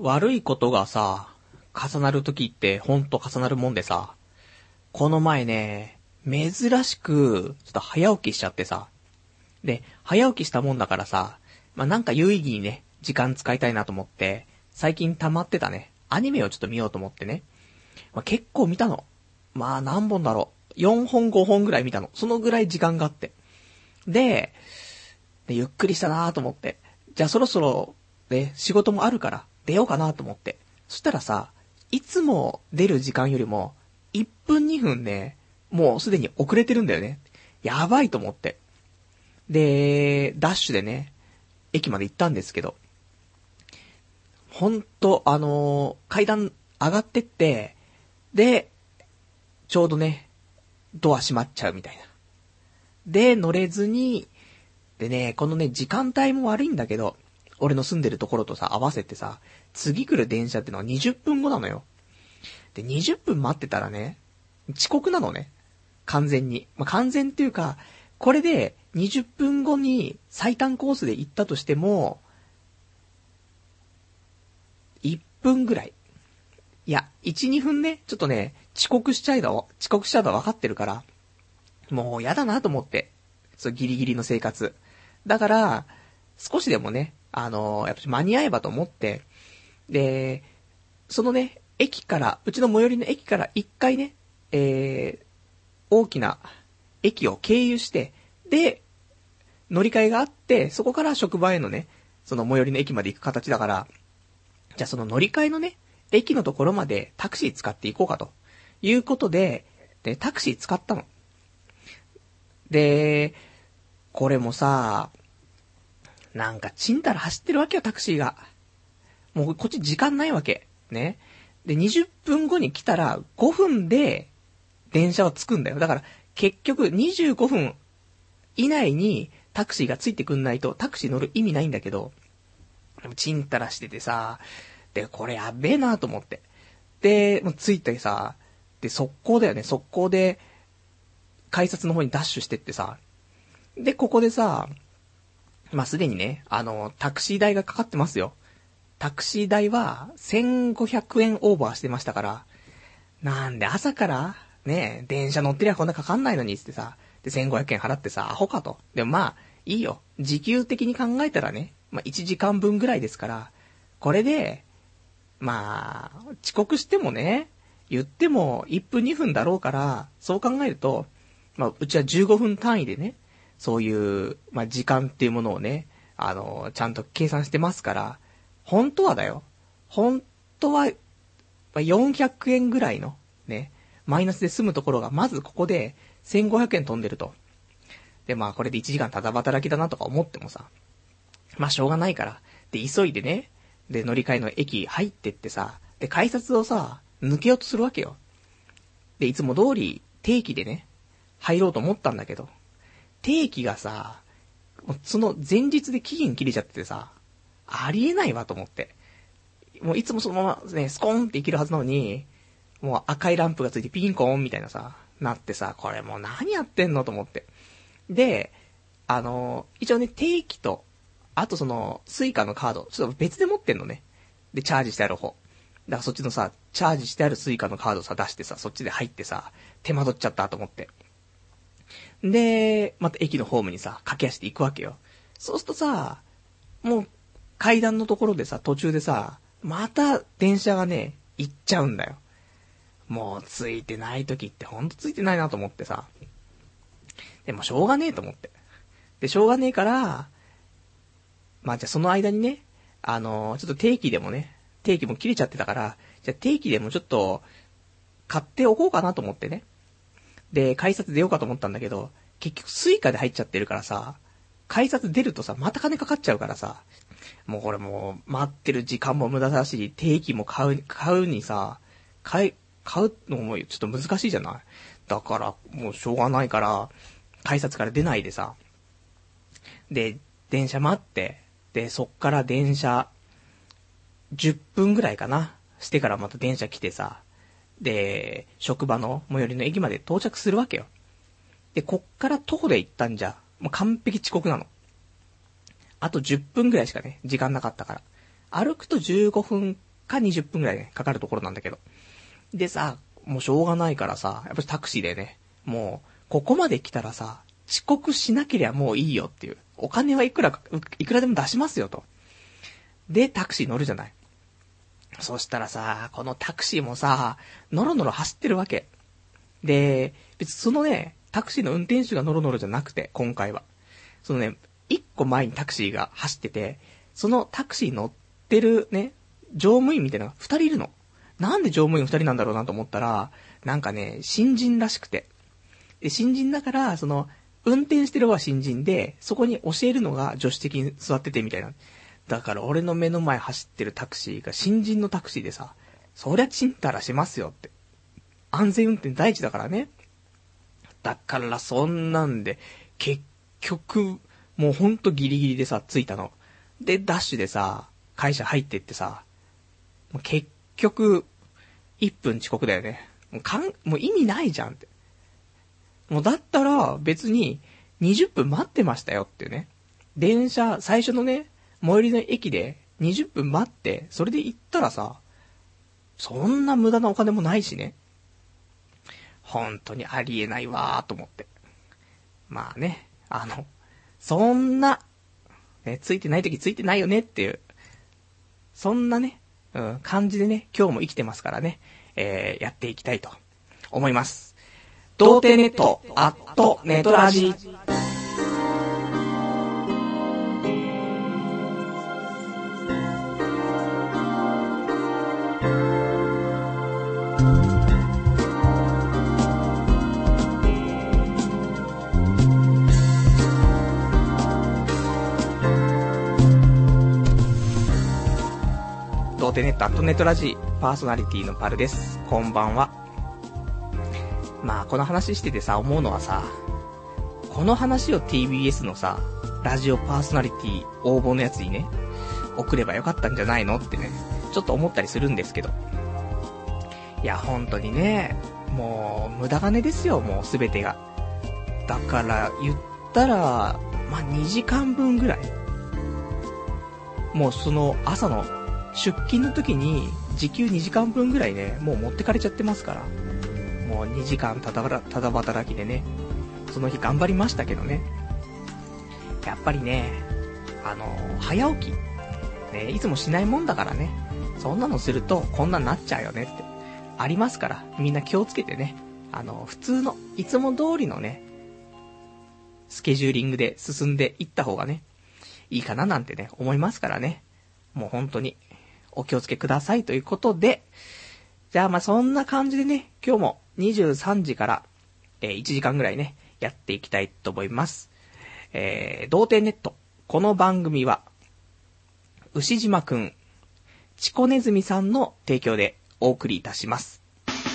悪いことがさ、重なるときってほんと重なるもんでさ、この前ね、珍しく、ちょっと早起きしちゃってさ、で、早起きしたもんだからさ、なんか有意義にね、時間使いたいなと思って、最近溜まってたね、アニメをちょっと見ようと思ってね。結構見たの。何本だろう。4本5本ぐらい見たの。そのぐらい時間があって。で、ゆっくりしたなと思って。じゃあそろそろ、ね、仕事もあるから出ようかなと思って。そしたらさ、いつも出る時間よりも、1分2分ね、もうすでに遅れてるんだよね。やばいと思って。で、ダッシュでね、駅まで行ったんですけど、ほんと、階段上がってって、で、ちょうどね、ドア閉まっちゃうみたいな。で、乗れずに、でね、このね、時間帯も悪いんだけど、俺の住んでるところとさ、合わせてさ、次来る電車ってのは20分後なのよ。で、20分待ってたらね、遅刻なのね。完全に。完全っていうか、これで20分後に最短コースで行ったとしても、1分ぐらい。いや、1、2分ね、ちょっとね、遅刻しちゃうのは分かってるから、もうやだなと思って。ギリギリの生活。だから、少しでもね、やっぱり間に合えばと思って、で、そのね、うちの最寄りの駅から一回ね、大きな駅を経由して、で、乗り換えがあって、そこから職場へのね、その最寄りの駅まで行く形だから、じゃあその乗り換えのね、駅のところまでタクシー使って行こうかということで、タクシー使ったの。で、これもさ、なんかちんたら走ってるわけよ、タクシーが。もうこっち時間ないわけ。ね。で、20分後に来たら5分で電車は着くんだよ。だから結局25分以内にタクシーがついてくんないとタクシー乗る意味ないんだけど、ちんたらしててさ、で、これやべえなと思って。で、もう着いてさ、で、速攻だよね。速攻で改札の方にダッシュしてってさ、で、ここでさ、すでにね、タクシー代がかかってますよ。タクシー代は1500円オーバーしてましたから、なんで朝からね、電車乗ってりゃこんなかかんないのにってさ、で1500円払ってさ、アホかと。でもいいよ。時給的に考えたらね、1時間分ぐらいですから、これで、遅刻してもね、言っても1分2分だろうから、そう考えると、うちは15分単位でね、そういう、時間っていうものをね、ちゃんと計算してますから、本当はだよ。本当は、400円ぐらいの、ね、マイナスで済むところが、まずここで1500円飛んでると。で、これで1時間ただ働きだなとか思ってもさ、しょうがないから。で、急いでね、で、乗り換えの駅入ってってさ、で、改札をさ、抜けようとするわけよ。で、いつも通り定期でね、入ろうと思ったんだけど、定期がさ、その前日で期限切れちゃっててさ、ありえないわと思って。もういつもそのままね、スコーンっていけるはずなのに、もう赤いランプがついてピンコーンみたいなさ、なってさ、これもう何やってんのと思って。で、一応ね、定期と、あとその、スイカのカード、ちょっと別で持ってんのね。で、チャージしてある方。だからそっちのさ、チャージしてあるスイカのカードさ、出してさ、そっちで入ってさ、手間取っちゃったと思って。で、また駅のホームにさ、駆け足で行くわけよ。そうするとさ、もう、階段のところでさ、途中でさ、また電車がね、行っちゃうんだよ。もう、ついてない時ってほんとついてないなと思ってさ。でもしょうがねえと思って。で、しょうがねえから、じゃあその間にね、ちょっと定期でもね、定期も切れちゃってたから、じゃあ定期でもちょっと、買っておこうかなと思ってね。で、改札出ようかと思ったんだけど、結局スイカで入っちゃってるからさ、改札出るとさ、また金かかっちゃうからさ、もうこれもう、待ってる時間も無駄だし、定期も買うにさ、買うのもちょっと難しいじゃない。だから、もうしょうがないから、改札から出ないでさ、で、電車待って、で、そっから電車、10分ぐらいかな、してからまた電車来てさ、で、職場の最寄りの駅まで到着するわけよ。で、こっから徒歩で行ったんじゃ、もう完璧遅刻なの。あと10分ぐらいしかね、時間なかったから。歩くと15分か20分ぐらいね、かかるところなんだけど。でさ、もうしょうがないからさ、やっぱりタクシーでね、もう、ここまで来たらさ、遅刻しなけりゃもういいよっていう。お金はいくらでも出しますよと。で、タクシー乗るじゃない。そしたらさ、このタクシーもさ、ノロノロ走ってるわけ。で、別にそのね、タクシーの運転手がノロノロじゃなくて、今回は。そのね、一個前にタクシーが走ってて、そのタクシー乗ってるね、乗務員みたいなのが2人いるの。なんで乗務員2人なんだろうなと思ったら、なんかね、新人らしくて。で、新人だから、その、運転してる方は新人で、そこに教えるのが助手席に座っててみたいな。だから俺の目の前走ってるタクシーが新人のタクシーでさ、そりゃちんたらしますよって。安全運転第一だからね。だからそんなんで、結局、もうほんとギリギリでさ、着いたの。で、ダッシュでさ、会社入ってってさ、もう結局、1分遅刻だよね。もう意味ないじゃんって。もうだったら別に20分待ってましたよってね。電車、最初のね、最寄りの駅で20分待って、それで行ったらさ、そんな無駄なお金もないしね。本当にありえないわーと思って。まあね、そんな、ね、ついてない時ついてないよねっていう、そんなね、感じでね、今日も生きてますからね、やっていきたいと思います。童貞ネット、ネトラジ。童貞ネット、ネトラジパーソナリティのパルです。こんばんは。まあこの話しててさ、思うのはさ、この話を TBS のさ、ラジオパーソナリティ応募のやつにね、送ればよかったんじゃないのってね、ちょっと思ったりするんですけど。いや本当にね、もう無駄金ですよ、もうすべてが。だから言ったら、まあ2時間分ぐらい。もうその朝の出勤の時に時給2時間分ぐらいね、もう持ってかれちゃってますから。もう2時間ただ働きでね、その日頑張りましたけどね。やっぱりね、早起き、ね、いつもしないもんだからね、そんなのするとこんなになっちゃうよねって、ありますから、みんな気をつけてね、普通の、いつも通りのね、スケジューリングで進んでいった方がね、いいかななんてね、思いますからね。もう本当に、お気をつけくださいということで、じゃあまあそんな感じでね、今日も23時から、1時間ぐらいね、やっていきたいと思います。童貞ネット。この番組は、牛島くん、チコネズミさんの提供でお送りいたします。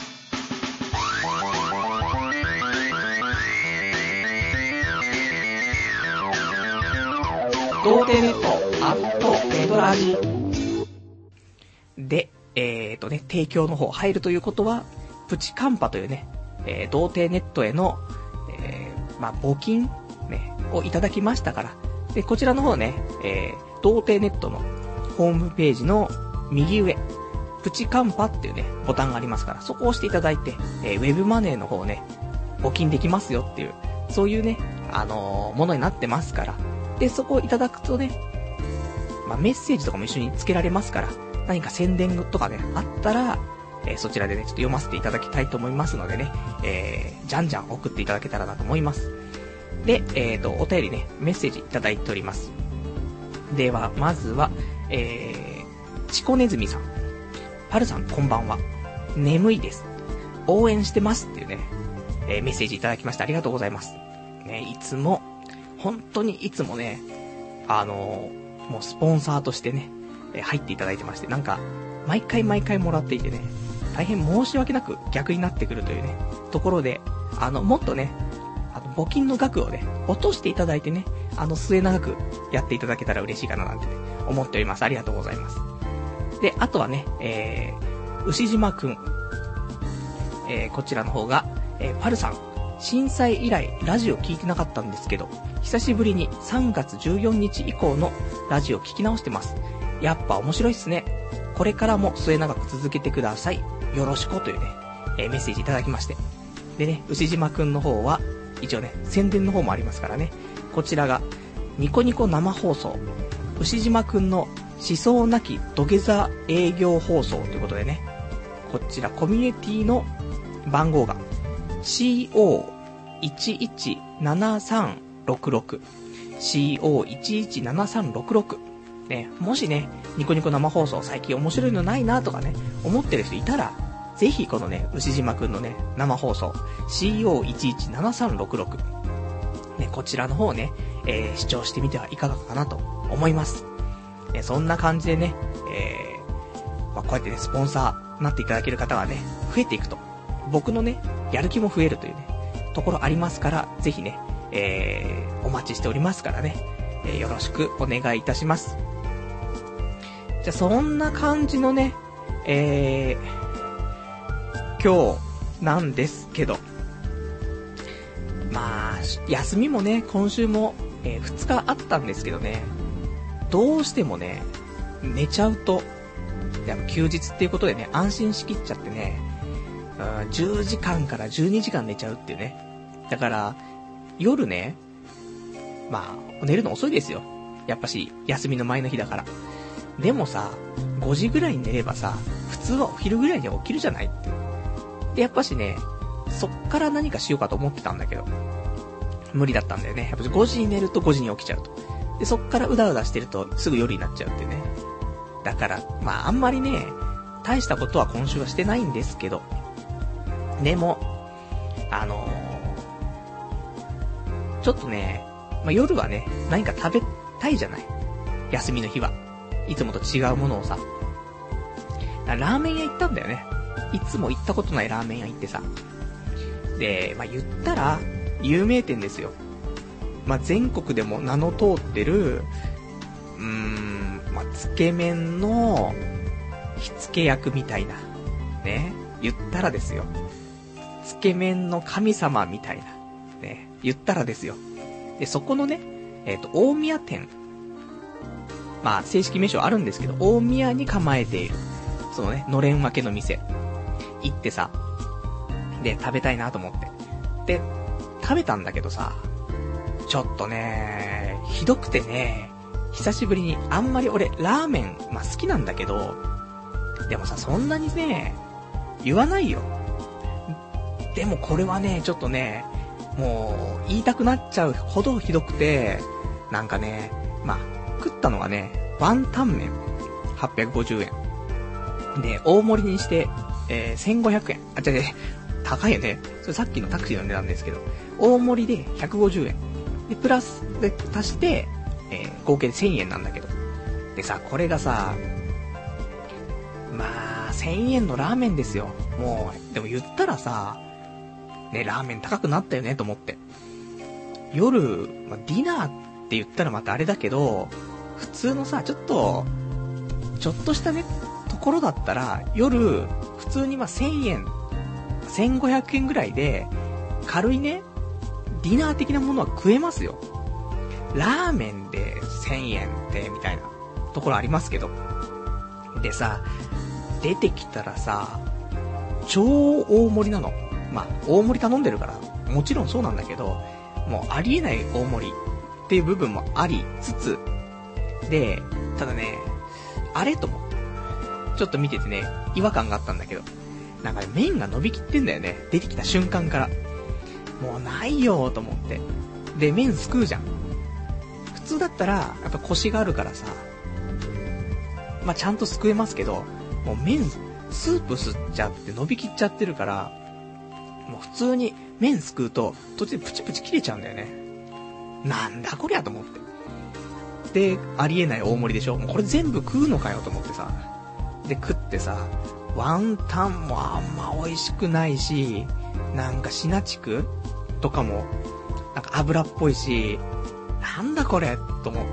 童貞ネット、ネトラジ。で、提供の方入るということは、プチカンパというね、童貞ネットへの、まあ、募金、ね、をいただきましたから、で、こちらの方ね、童貞ネットのホームページの右上、プチカンパっていうね、ボタンがありますから、そこを押していただいて、ウェブマネーの方ね、募金できますよっていう、そういうね、ものになってますから、で、そこをいただくとね、まあ、メッセージとかも一緒につけられますから、何か宣伝とかね、あったら、そちらでね、ちょっと読ませていただきたいと思いますのでね、じゃんじゃん送っていただけたらなと思います。で、お便りね、メッセージいただいております。では、まずは、チコネズミさん。パルさん、こんばんは。眠いです。応援してますっていうね、メッセージいただきましてありがとうございます。ね、いつも、本当にいつもね、もうスポンサーとしてね、入っていただいてまして、なんか、毎回もらっていてね、大変申し訳なく逆になってくるというね、ところで、もっとね、募金の額をね、落としていただいてね、末永くやっていただけたら嬉しいかななんてね、思っております。ありがとうございます。で、あとはね、牛島くん。こちらの方が、パルさん。震災以来ラジオ聞いてなかったんですけど、久しぶりに3月14日以降のラジオ聞き直してます。やっぱ面白いっすね。 これからも末永く続けてください。よろしくというね、メッセージいただきまして。でね、牛島くんの方は、一応ね、宣伝の方もありますからね。こちらが、ニコニコ生放送。牛島くんの思想なき土下座営業放送ということでね。こちら、コミュニティの番号が、CO117366。CO117366。ね、もしね、ニコニコ生放送最近面白いのないなとかね、思ってる人いたら、ぜひこのね、牛島くんのね、生放送、CO117366。ね、こちらの方をね、視聴してみてはいかがかなと思います。そんな感じでね、こうやってね、スポンサーなっていただける方はね、増えていくと。僕のね、やる気も増えるというね、ところありますから、ぜひね、お待ちしておりますからね、よろしくお願いいたします。じゃあそんな感じのね、今日なんですけど、まあ休みもね今週も、2日あったんですけどね、どうしてもね寝ちゃうと、やっぱ休日っていうことでね安心しきっちゃってね、10時間から12時間寝ちゃうっていうね。だから夜ね、まあ寝るの遅いですよ、やっぱし休みの前の日だから。でもさ、5時ぐらいに寝ればさ、普通はお昼ぐらいに起きるじゃないって。で、やっぱしね、そっから何かしようかと思ってたんだけど、無理だったんだよね。やっぱ5時に寝ると5時に起きちゃうと。で、そっからうだうだしてるとすぐ夜になっちゃうってね。だから、まああんまりね、大したことは今週はしてないんですけど、でも、ちょっとね、まあ夜はね、何か食べたいじゃない。休みの日は。いつもと違うものをさ。ラーメン屋行ったんだよね。いつも行ったことないラーメン屋行ってさ。で、まあ、言ったら、有名店ですよ。まあ、全国でも名の通ってる、まあ、つけ麺の、火付け役みたいな。ね。言ったらですよ。つけ麺の神様みたいな。ね。言ったらですよ。で、そこのね、大宮店。まあ、正式名称あるんですけど、大宮に構えている、そのね、のれん分けの店、行ってさ、で、食べたいなと思って。で、食べたんだけどさ、ちょっとね、ひどくてね、久しぶりに、あんまり俺、ラーメン、まあ好きなんだけど、でもさ、そんなにね、言わないよ。でもこれはね、ちょっとね、もう、言いたくなっちゃうほどひどくて、なんかね、まあ、食ったのがね、ワンタン麺850円で、大盛りにして、1500円。あ、違う、高いよね。それさっきのタクシーの値段ですけど、大盛りで150円で、プラスで足して、合計で1000円なんだけど、でさ、これがさ、まあ1000円のラーメンですよ。もうでも言ったらさ、ね、ラーメン高くなったよねと思って、夜、まあ、ディナーって言ったらまたあれだけど、普通のさ、ちょっとしたね、ところだったら、夜、普通にまあ1000円、1500円ぐらいで、軽いね、ディナー的なものは食えますよ。ラーメンで1000円って、みたいなところありますけど。でさ、出てきたらさ、超大盛りなの。まあ、大盛り頼んでるから、もちろんそうなんだけど、もうありえない大盛りっていう部分もありつつ、で、ただね、あれと思って、ちょっと見ててね、違和感があったんだけど、なんかね、麺が伸びきってんだよね。出てきた瞬間から。もうないよーと思って。で、麺すくうじゃん。普通だったら、やっぱコシがあるからさ、まあ、ちゃんとすくえますけど、もう麺、スープ吸っちゃって伸びきっちゃってるから、もう普通に麺すくうと、途中でプチプチ切れちゃうんだよね。なんだこりゃと思って。で、ありえない大盛りでしょ。もうこれ全部食うのかよと思ってさ。で、食ってさ、ワンタンもあんま美味しくないし、なんかシナチクとかも、なんか油っぽいし、なんだこれと思って。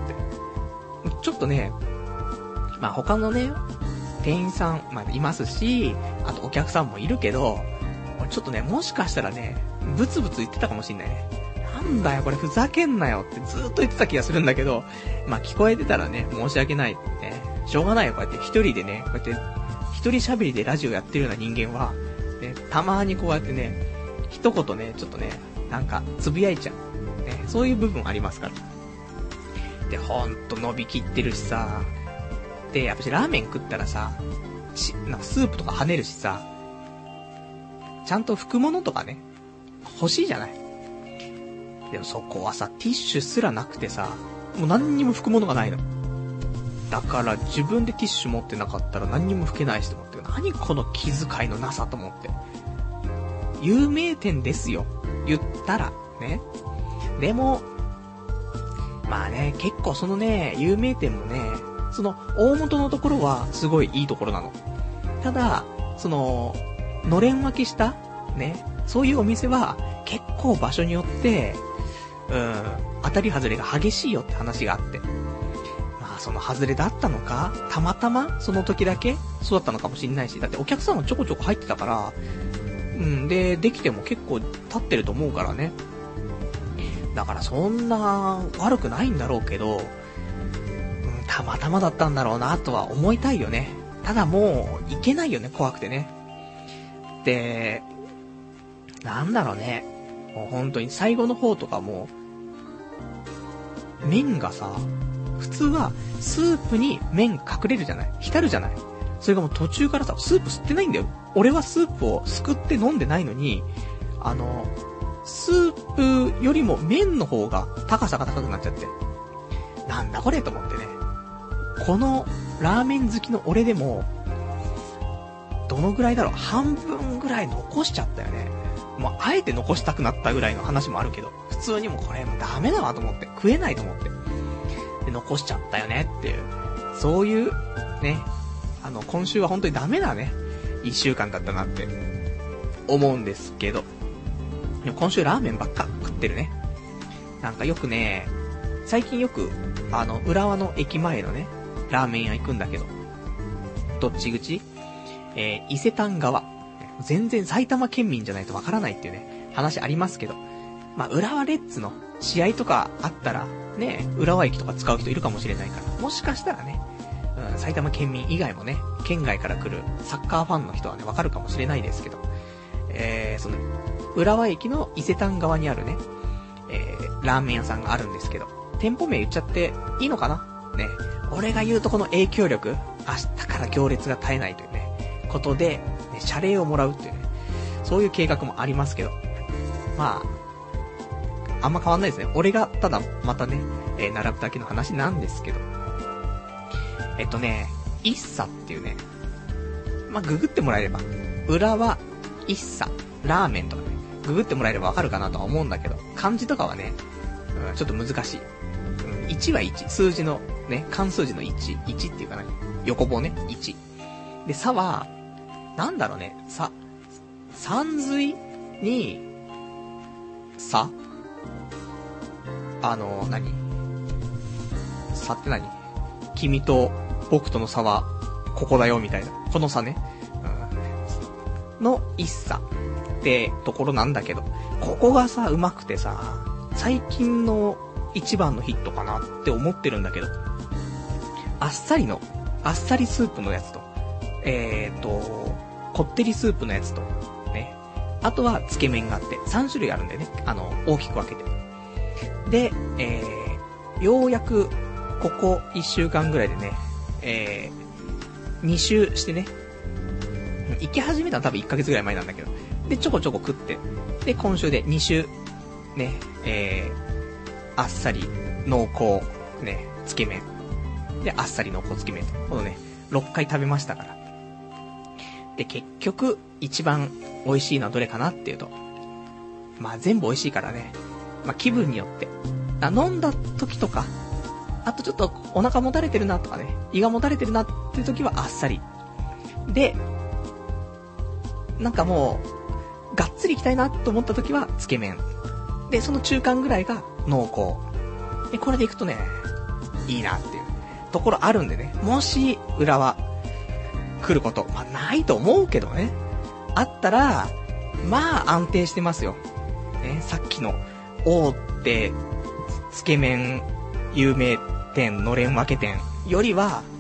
ちょっとね、まあ他のね、店員さん、まあいますし、あとお客さんもいるけど、ちょっとね、もしかしたらね、ブツブツ言ってたかもしんないね。なんだよこれふざけんなよってずーっと言ってた気がするんだけど、まあ聞こえてたらね、申し訳ないね。 しょうがないよ、こうやって一人でね、こうやって一人喋りでラジオやってるような人間は、ね、たまーにこうやってね、一言ね、ちょっとね、なんか、つぶやいちゃう。ね、そういう部分ありますから。で、ほんと伸びきってるしさ、で、やっぱしラーメン食ったらさ、なんかスープとか跳ねるしさ、ちゃんと拭くものとかね、欲しいじゃない。でもそこはさ、ティッシュすらなくてさ、もう何にも拭くものがないの。だから自分でティッシュ持ってなかったら何にも拭けないしと思って、何この気遣いのなさと思って。有名店ですよ、言ったらね。でもまあね、結構そのね、有名店もね、その大元のところはすごいいいところなの。ただそののれん分けしたね、そういうお店は結構場所によって当たり外れが激しいよって話があって、まあその外れだったのか、たまたまその時だけそうだったのかもしれないし、だってお客さんもちょこちょこ入ってたから、でできても結構経ってると思うからね。だからそんな悪くないんだろうけど、たまたまだったんだろうなとは思いたいよね。ただもういけないよね、怖くてね。で、なんだろうね、もう本当に最後の方とかも麺がさ、普通はスープに麺隠れるじゃない、浸るじゃない。それがもう途中からさ、スープ吸ってないんだよ。俺はスープをすくって飲んでないのに、スープよりも麺の方が高さが高くなっちゃって、なんだこれと思ってね。このラーメン好きの俺でもどのぐらいだろう、半分ぐらい残しちゃったよね。もうあえて残したくなったぐらいの話もあるけど、普通にもこれもうダメだわと思って、食えないと思って、で残しちゃったよねっていう、そういうね、今週は本当にダメだね、1週間だったなって思うんですけど、でも今週ラーメンばっか食ってるね。なんかよくね、最近よく浦和の駅前のねラーメン屋行くんだけど、どっち口？伊勢丹側。全然埼玉県民じゃないとわからないっていうね話ありますけど、まあ浦和レッズの試合とかあったらね、浦和駅とか使う人いるかもしれないから、もしかしたらね、埼玉県民以外もね、県外から来るサッカーファンの人はねわかるかもしれないですけど、その浦和駅の伊勢丹側にあるね、ラーメン屋さんがあるんですけど、店舗名言っちゃっていいのかなね。俺が言うとこの影響力、明日から行列が絶えないというねことで、ね、謝礼をもらうっていうね、そういう計画もありますけど、まああんま変わんないですね。俺がただまたね、並ぶだけの話なんですけど、一茶っていうね、まあググってもらえれば、浦和一茶ラーメンとかね、ググってもらえればわかるかなとは思うんだけど、漢字とかはね、ちょっと難しい。1は1、数字のね、漢数字の1、1っていうかな、横棒ね、1。で、さは、なんだろうね、さ、山水に、さ何さって何、君と僕との差は、ここだよ、みたいな。この差ね。の一茶ってところなんだけど、ここがさ、うまくてさ、最近の一番のヒットかなって思ってるんだけど、あっさりスープのやつと、こってりスープのやつと、ね、あとはつけ麺があって、3種類あるんでね、大きく分けて。で、ようやく、ここ1週間ぐらいでね、2周してね、行き始めたのは多分1ヶ月ぐらい前なんだけど、で、ちょこちょこ食って、で、今週で2週、ね、あっさり、濃厚、ね、つけ麺。で、あっさり濃厚つけ麺と。このね、6回食べましたから。で、結局、一番美味しいのはどれかなっていうと、まあ全部美味しいからね。まあ気分によって。飲んだ時とか、あとちょっとお腹もたれてるなとかね、胃がもたれてるなっていう時はあっさり。で、なんかもう、がっつりいきたいなと思った時はつけ麺。で、その中間ぐらいが濃厚。で、これでいくとね、いいなっていうところあるんでね。もし、浦和、来ること、まあないと思うけどね。あったら、まあ安定してますよ。ね、さっきの大手、つけ麺、有名店、のれん分け店よりは、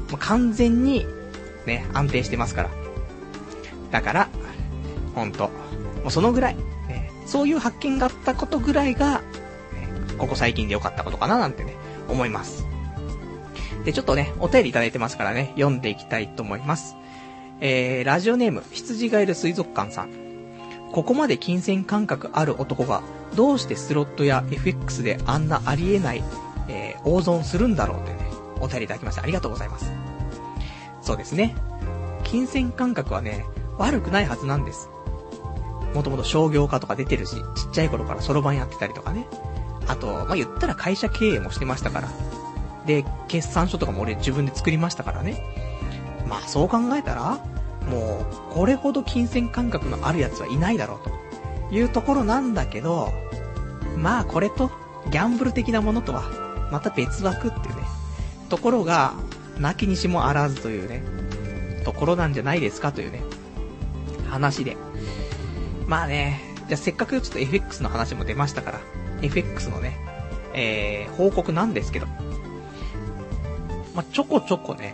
完全に、ね、安定してますから。だから、ほんと、もうそのぐらい、ね、そういう発見があったことぐらいが、ね、ここ最近で良かったことかななんてね、思います。で、ちょっとね、お便りいただいてますからね、読んでいきたいと思います。ラジオネーム、羊がいる水族館さん。ここまで金銭感覚ある男が、どうしてスロットや FX であんなありえない、大損するんだろうってね、お便りいただきました。ありがとうございます。そうですね。金銭感覚はね、悪くないはずなんです。もともと商業科とか出てるし、ちっちゃい頃からそろばんやってたりとかね。あと、言ったら会社経営もしてましたから。で、決算書とかも俺自分で作りましたからね。そう考えたら、もう、これほど金銭感覚のあるやつはいないだろうというところなんだけど、これと、ギャンブル的なものとは、また別枠っていうね、ところが、なきにしもあらずというね、ところなんじゃないですかというね、話で。じゃあせっかくちょっと FX の話も出ましたから、FX のね、報告なんですけど、ちょこちょこね、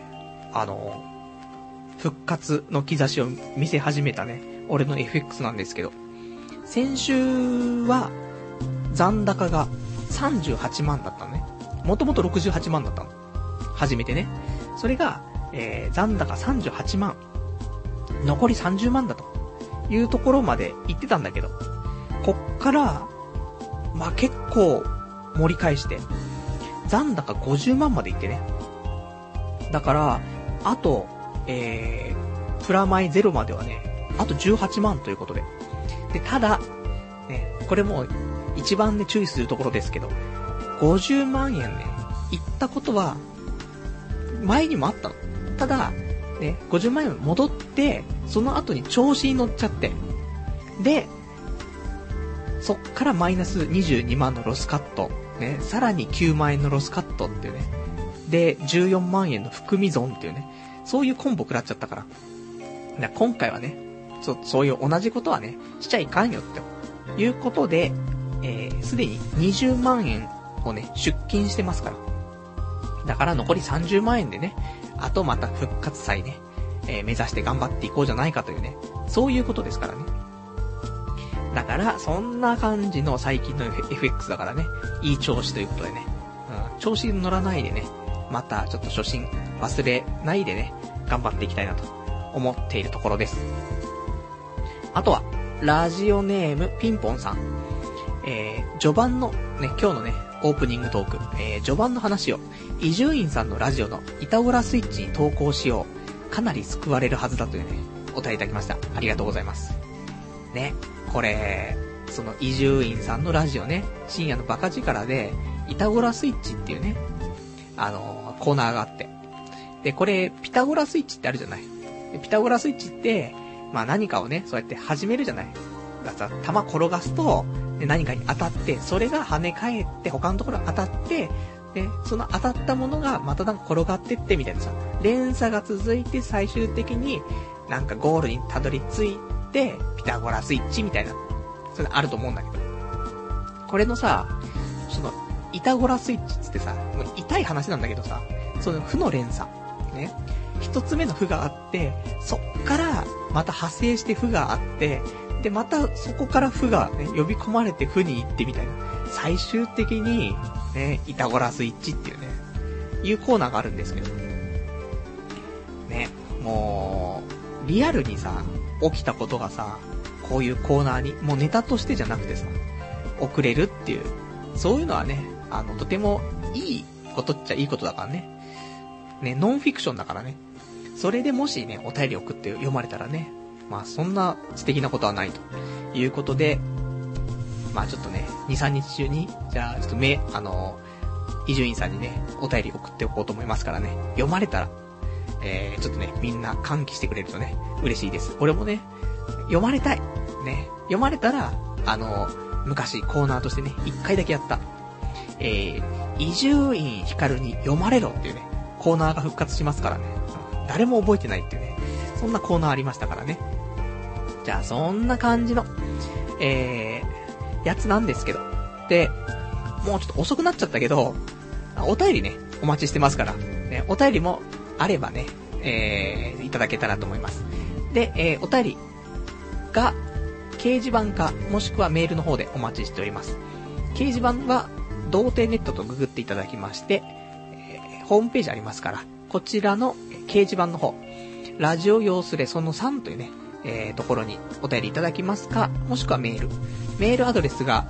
復活の兆しを見せ始めたね、俺の FX なんですけど、先週は残高が38万だったのね。もともと68万だったの。初めてね。それが、残高38万。残り30万だというところまで行ってたんだけど、こっから、結構盛り返して、残高50万まで行ってね。だから、あと、プラマイゼロまではね、あと18万ということで。で、ただ、ね、これも一番ね、注意するところですけど、50万円ね、いったことは、前にもあったの。ただ、ね、50万円戻って、その後に調子に乗っちゃって、で、そっからマイナス22万のロスカット、ね、さらに9万円のロスカットっていうね、で、14万円の含み損っていうね、そういうコンボ食らっちゃったから。今回はね、そういう同じことはね、しちゃいかんよっていうことで、すでに20万円をね、出金してますから。だから残り30万円でね、あとまた復活祭ね、目指して頑張っていこうじゃないかというね、そういうことですからね。だから、そんな感じの最近の FX だからね、いい調子ということでね、調子に乗らないでね、またちょっと初心忘れないでね、頑張っていきたいなと思っているところです。あとは、ラジオネームピンポンさん。序盤のね、今日のね、オープニングトーク、序盤の話を、伊集院さんのラジオのイタオラスイッチに投稿しよう。かなり救われるはずだというね、お便りいただきました。ありがとうございます。ね、これ、その伊集院さんのラジオね、深夜のバカ力で、イタゴラスイッチっていうね、コーナーがあって。で、これ、ピタゴラスイッチってあるじゃない。でピタゴラスイッチって、何かをね、そうやって始めるじゃない。だからさ、弾転がすと、で何かに当たって、それが跳ね返って、他のところ当たって、で、その当たったものがまたなんか転がってって、みたいなさ、連鎖が続いて最終的に、なんかゴールにたどり着いて、ピタゴラスイッチみたいな、それあると思うんだけど。これのさ、その、イタゴラスイッチつってさ、もう痛い話なんだけどさ、その負の連鎖。ね。一つ目の負があって、そっからまた派生して負があって、で、またそこから負がね、呼び込まれて負に行ってみたいな。最終的に、ね、イタゴラスイッチっていうね、いうコーナーがあるんですけど。ね、もう、リアルにさ、起きたことがさ、こういうコーナーに、もうネタとしてじゃなくてさ、送れるっていう、そういうのはね、とてもいいことっちゃいいことだからね。ね、ノンフィクションだからね。それでもしね、お便り送って読まれたらね、そんな素敵なことはないということで、ちょっとね、2、3日中に、じゃあ、ちょっと伊集院さんにね、お便り送っておこうと思いますからね、読まれたら、ちょっとね、みんな歓喜してくれるとね、嬉しいです。俺もね、読まれたい。ね、読まれたら、昔コーナーとしてね、1回だけやった、伊集院光に読まれろっていうね、コーナーが復活しますからね。誰も覚えてないっていうね、そんなコーナーありましたからね。じゃあ、そんな感じの、やつなんですけど。で、もうちょっと遅くなっちゃったけど、お便りね、お待ちしてますから。ね、お便りも、 あればね、いただけたらと思います。で、お便りが掲示板かもしくはメールの方でお待ちしております。掲示板は童貞ネットとググっていただきまして、ホームページありますから、こちらの掲示板の方、ラジオ用スレその3というね、ところにお便りいただきますか、もしくはメールアドレスが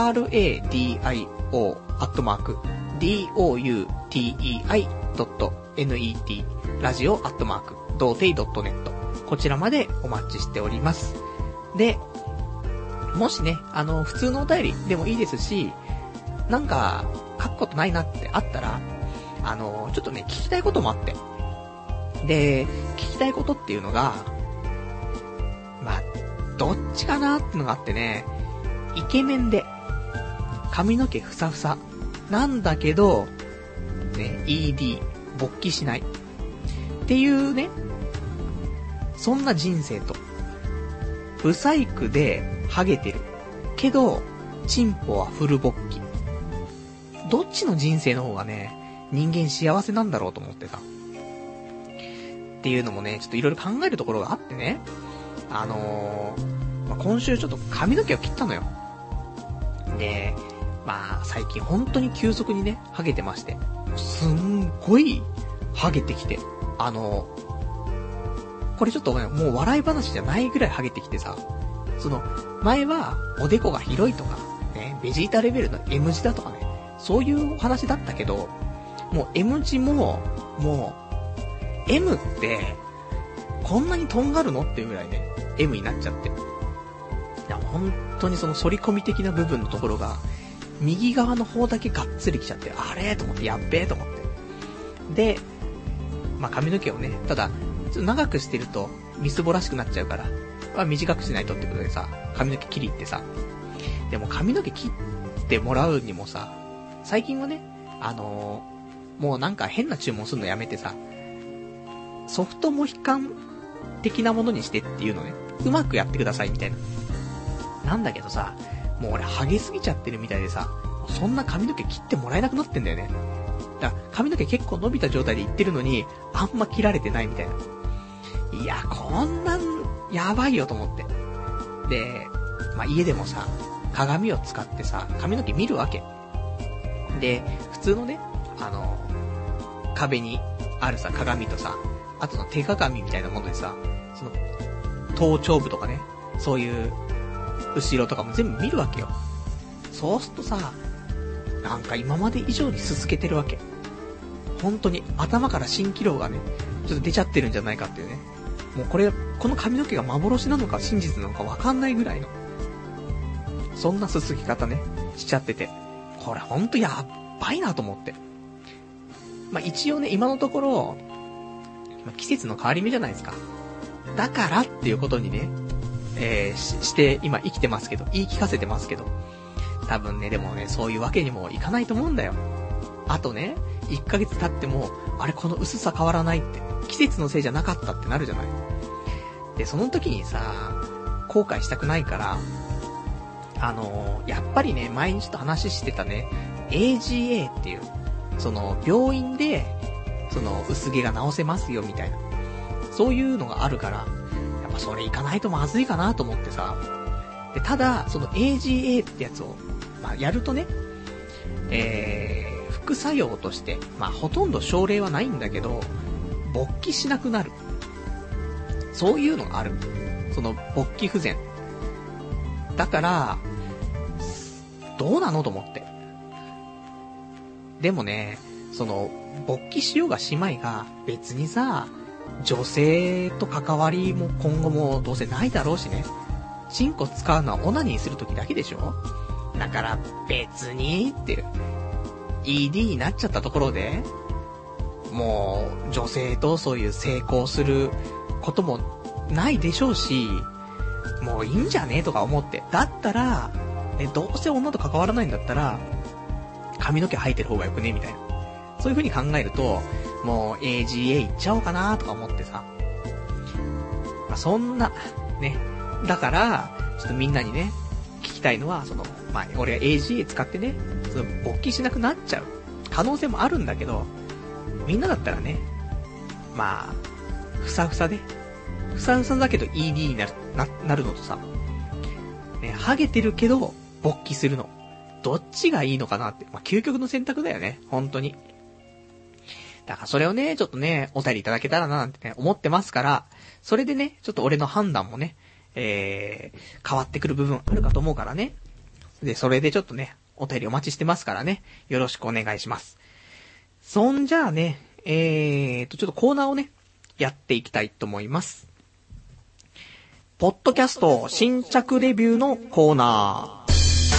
radio.doutei.net ラジオ@doutei.net こちらまでお待ちしております。で、もしね、普通のお便りでもいいですし、なんか書くことないなってあったら、ちょっとね、聞きたいこともあって。で、聞きたいことっていうのが、まあ、どっちかなってのがあってね、イケメンで、髪の毛ふさふさ、なんだけど、ね、ED、勃起しない。っていうね、そんな人生と、ブサイクでハゲてる。けど、チンポはフル勃起。どっちの人生の方がね、人間幸せなんだろうと思ってさ。っていうのもね、ちょっといろいろ考えるところがあってね。まあ、今週ちょっと髪の毛を切ったのよ。で、まあ最近本当に急速にね、ハゲてまして。すんごいハゲてきて。これちょっとね、もう笑い話じゃないぐらいハゲてきてさ。前はおでこが広いとか、ね、ベジータレベルの M 字だとかね、そういうお話だったけど、もう M 字も、もう、M って、こんなにとんがるのっていうぐらいね、M になっちゃって。いや、本当にその反り込み的な部分のところが、右側の方だけがっつりきちゃって、あれと思って、やっべえと思って。で、まあ、髪の毛をね、ただ、ちょっと長くしてると、みすぼらしくなっちゃうから、まあ、短くしないとってことでさ、髪の毛切りってさ、でも髪の毛切ってもらうにもさ、最近はね、もうなんか変な注文するのやめてさ、ソフトモヒカン的なものにしてっていうのね、うまくやってくださいみたいな。なんだけどさ、もう俺ハゲすぎちゃってるみたいでさ、そんな髪の毛切ってもらえなくなってんだよね。だから髪の毛結構伸びた状態でいってるのに、あんま切られてないみたいな。いや、こんなん、やばいよと思って。で、まあ、家でもさ、鏡を使ってさ、髪の毛見るわけ。で、普通のね、壁にあるさ、鏡とさ、あとの手鏡みたいなものでさ、その、頭頂部とかね、そういう、後ろとかも全部見るわけよ。そうするとさ、なんか今まで以上にすすけてるわけ。本当に頭から蜃気楼がね、ちょっと出ちゃってるんじゃないかっていうね。もうこの髪の毛が幻なのか真実なのかわかんないぐらいの、そんなすすぎ方ね、しちゃってて。これほんとやっばいなと思って。まあ、一応ね、今のところ、季節の変わり目じゃないですか。だからっていうことにね、して今生きてますけど、言い聞かせてますけど、多分ね、でもね、そういうわけにもいかないと思うんだよ。あとね、1ヶ月経っても、あれこの薄さ変わらないって、季節のせいじゃなかったってなるじゃない。で、その時にさ、後悔したくないから、やっぱりね、前にちょっと話してたね、AGA っていう、その、病院で、その、薄毛が治せますよみたいな、そういうのがあるから、やっぱそれ行かないとまずいかなと思ってさ。で、ただ、その AGA ってやつを、まあ、やるとね、副作用として、まあ、ほとんど症例はないんだけど、勃起しなくなる。そういうのがある。その、勃起不全。だから、どうなのと思って。でもね、その、勃起しようがしまいが、別にさ、女性と関わりも今後もどうせないだろうしね。チンコ使うのはオナニーするときだけでしょ。だから別にっていう ED になっちゃったところで、もう女性とそういう成功することもないでしょうし、もういいんじゃねえとか思って。だったらどうせ女と関わらないんだったら髪の毛生えてる方がよくねみたいな、そういう風に考えると、もう AGA 行っちゃおうかなとか思ってさ。まあ、そんなね、だからちょっとみんなにね聞きたいのは、その、まあ、俺が AGA 使ってね、その勃起しなくなっちゃう可能性もあるんだけど、みんなだったらね、 まあ、ふさふさだけど ED になるのとさ、ね、ハゲてるけど勃起するの。どっちがいいのかなって。まあ、究極の選択だよね。本当に。だからそれをね、ちょっとね、お便りいただけたらななんてね、思ってますから、それでね、ちょっと俺の判断もね、変わってくる部分あるかと思うからね。で、それでちょっとね、お便りお待ちしてますからね。よろしくお願いします。そんじゃあね、ちょっとコーナーをね、やっていきたいと思います。ポッドキャスト新着レビューのコーナー。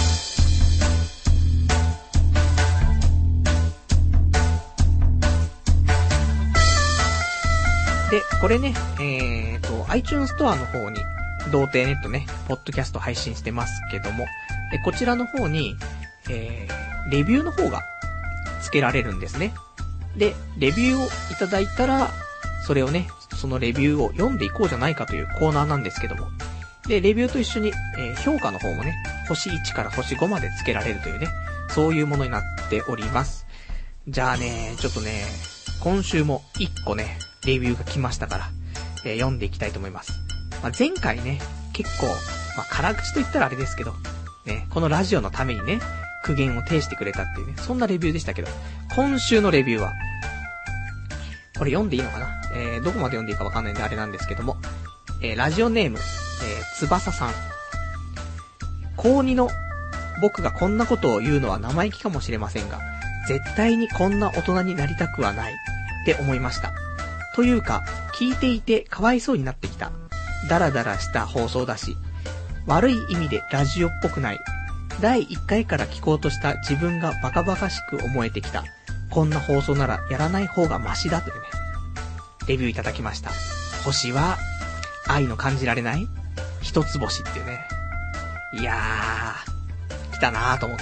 で、これね、iTunes ストアの方に、童貞ネットね、ポッドキャスト配信してますけども、で、こちらの方に、レビューの方が付けられるんですね。で、レビューをいただいたら、それをね、そのレビューを読んでいこうじゃないかというコーナーなんですけども。で、レビューと一緒に、評価の方もね、星1から星5まで付けられるというね、そういうものになっております。じゃあね、ちょっとね、今週も1個ね、レビューが来ましたから、読んでいきたいと思います。まあ、前回ね、結構、まあ、辛口と言ったらあれですけど、ね、このラジオのためにね、苦言を呈してくれたっていうね、そんなレビューでしたけど、今週のレビューは、これ読んでいいのかな？どこまで読んでいいかわかんないんであれなんですけども、ラジオネーム、翼さん。高2の僕がこんなことを言うのは生意気かもしれませんが、絶対にこんな大人になりたくはないって思いました。というか、聞いていてかわいそうになってきた。ダラダラした放送だし、悪い意味でラジオっぽくない。第1回から聞こうとした自分がバカバカしく思えてきた。こんな放送ならやらない方がマシだというね、レビューいただきました。星は、愛の感じられない一つ星っていうね。いやー、来たなーと思って。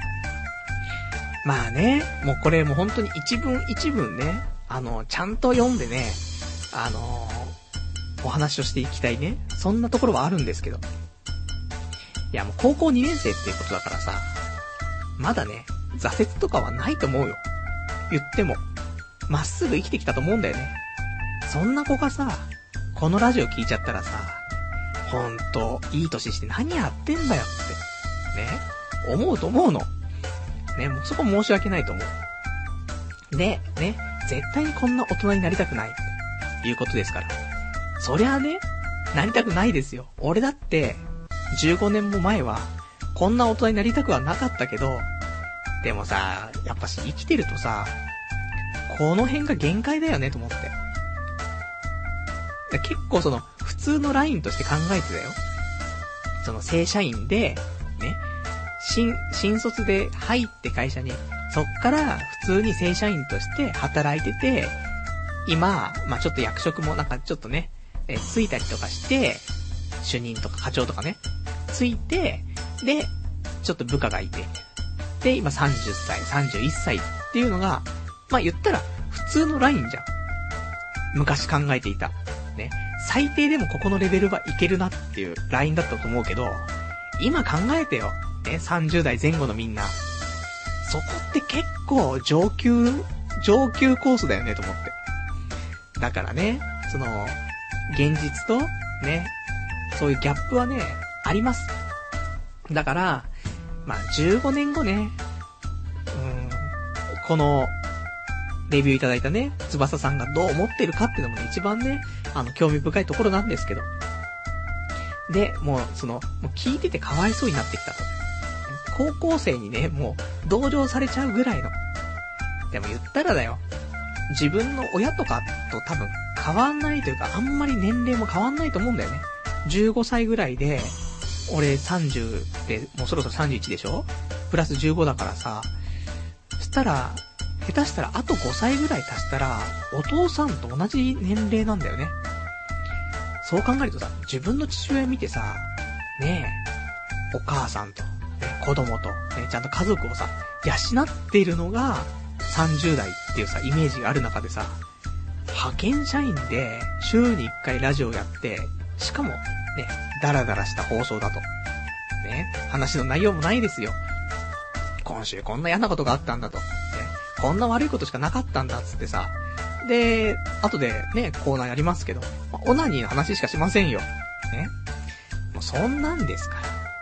まあね、もうこれもう本当に一文一文ね、ちゃんと読んでね、お話をしていきたいね。そんなところはあるんですけど。いやもう高校2年生っていうことだからさ、まだね、挫折とかはないと思うよ。言っても、まっすぐ生きてきたと思うんだよね。そんな子がさ、このラジオ聞いちゃったらさ、ほんと、いい年して何やってんだよって、ね、思うと思うの。ね、もうそこ申し訳ないと思う。で、ね、絶対にこんな大人になりたくないっていうことですから。そりゃあね、なりたくないですよ。俺だって、15年も前は、こんな大人になりたくはなかったけど、でもさ、やっぱし生きてるとさ、この辺が限界だよねと思って。結構その、普通のラインとして考えてたよ。その正社員で、ね、新卒で入って会社に、そっから普通に正社員として働いてて、今、まあちょっと役職もなんかちょっとね、ついたりとかして、主任とか課長とかね、ついて、で、ちょっと部下がいて、で、今30歳、31歳っていうのが、まあ言ったら普通のラインじゃん。昔考えていた。ね。最低でもここのレベルはいけるなっていうラインだったと思うけど、今考えてよ。ね、30代前後のみんな。そこって結構上級コースだよねと思って。だからね、その、現実と、ね、そういうギャップはね、あります。だから、まあ15年後ね、この、レビューいただいたね、翼さんがどう思ってるかっていうのもね、一番ね、興味深いところなんですけど。で、もう聞いててかわいそうになってきたと。高校生にね、もう、同情されちゃうぐらいの。でも言ったらだよ。自分の親とかと多分変わんないというか、あんまり年齢も変わんないと思うんだよね。15歳ぐらいで、俺30で、もうそろそろ31でしょ？プラス15だからさ、そしたら、下手したらあと5歳ぐらい足したら、お父さんと同じ年齢なんだよね。そう考えるとさ、自分の父親見てさ、ねえ、お母さんと、ね、子供と、ね、ちゃんと家族をさ、養っているのが30代っていうさ、イメージがある中でさ、派遣社員で週に1回ラジオやって、しかも、ね、ダラダラした放送だと。ね、話の内容もないですよ。今週こんな嫌なことがあったんだと。ね、こんな悪いことしかなかったんだっつってさ、 で、後でね、コーナーやりますけど、オナニーの話しかしませんよ。ね。もうそんなんですから。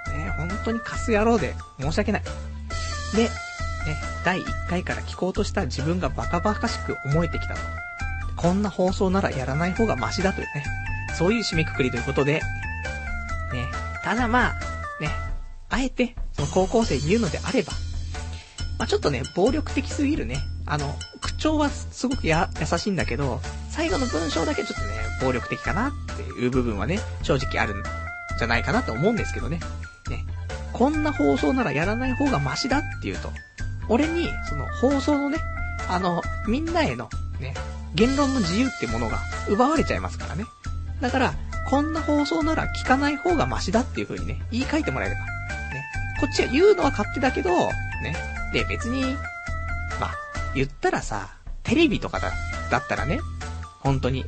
ね、本当にカス野郎で申し訳ない。で、ね、第1回から聞こうとした自分がバカバカしく思えてきたと。こんな放送ならやらない方がマシだというね。そういう締めくくりということで、ね、ただまあ、ね、あえて、その高校生に言うのであれば、まあちょっとね、暴力的すぎるね。口調はすごく優しいんだけど、最後の文章だけちょっとね、暴力的かなっていう部分はね、正直あるんじゃないかなと思うんですけどね。ね。こんな放送ならやらない方がマシだっていうと、俺に、その放送のね、みんなへの、ね、言論の自由ってものが奪われちゃいますからね。だから、こんな放送なら聞かない方がマシだっていう風にね、言い換えてもらえれば。ね。こっちは言うのは勝手だけど、ね。で、別に、まあ、言ったらさ、テレビとかだったらね、本当に、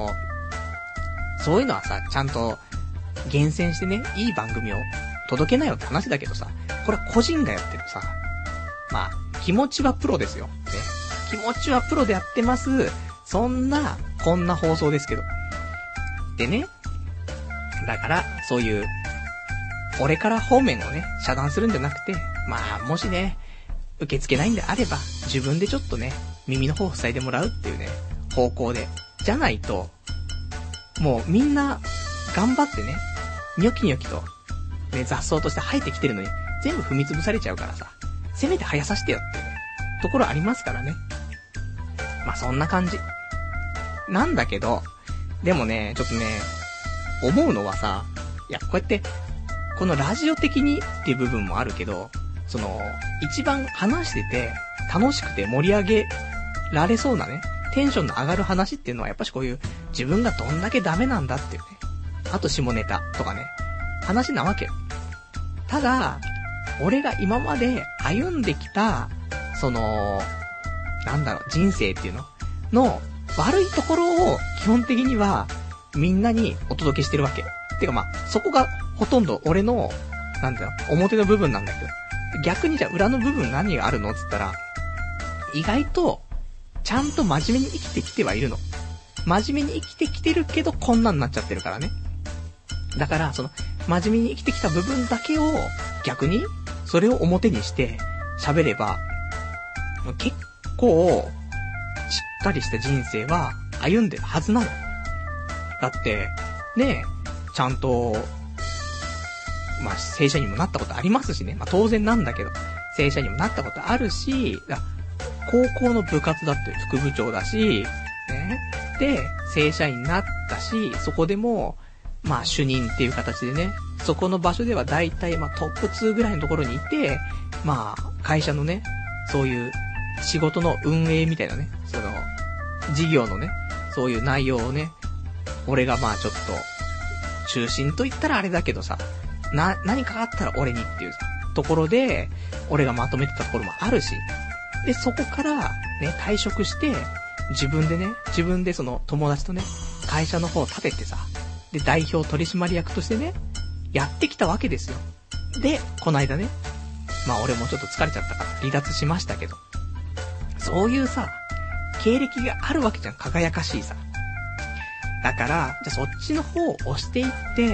そういうのはさ、ちゃんと、厳選してね、いい番組を届けなよって話だけどさ、これは個人がやってるさ、まあ、気持ちはプロですよ。ね。気持ちはプロでやってます。そんな、こんな放送ですけど。でね、だから、そういう、俺から方面をね、遮断するんじゃなくて、まあ、もしね、受け付けないんであれば、自分でちょっとね、耳の方を塞いでもらうっていうね、方向で。じゃないと、もうみんな、頑張ってね、ニョキニョキと、ね、雑草として生えてきてるのに、全部踏み潰されちゃうからさ、せめて生やさせてよっていうね、ところありますからね。まあそんな感じ。なんだけど、でもね、ちょっとね、思うのはさ、いや、こうやって、このラジオ的にっていう部分もあるけど、その、一番話してて、楽しくて盛り上げられそうなね、テンションの上がる話っていうのはやっぱしこういう、自分がどんだけダメなんだっていうね、あと下ネタとかね、話なわけよ。ただ、俺が今まで歩んできた、その、なんだろう、人生っていうの悪いところを基本的にはみんなにお届けしてるわけ。てかまあ、そこがほとんど俺の、なんだろう、表の部分なんだけど。逆にじゃあ裏の部分何があるのって言ったら、意外と、ちゃんと真面目に生きてきてはいるの。真面目に生きてきてるけどこんなんなっちゃってるからね。だから、その、真面目に生きてきた部分だけを、逆に、それを表にして喋れば、結構、しっかりした人生は歩んでるはずなの。だって、ねえ、ちゃんと、まあ、正社員にもなったことありますしね。まあ、当然なんだけど、正社員にもなったことあるし、高校の部活だって副部長だし、ね。で、正社員になったし、そこでも、まあ、主任っていう形でね、そこの場所では大体、まあ、トップ2ぐらいのところにいて、まあ、会社のね、そういう仕事の運営みたいなね、その、事業のね、そういう内容をね、俺がまあちょっと、中心と言ったらあれだけどさ、何かあったら俺にっていうさ、ところで、俺がまとめてたところもあるし、で、そこから、ね、退職して、自分でその友達とね、会社の方を立ててさ、で、代表取締役としてね、やってきたわけですよ。で、こないだね、まあ俺もちょっと疲れちゃったから離脱しましたけど、そういうさ、経歴があるわけじゃん、輝かしいさ。だから、じゃあそっちの方を押していって、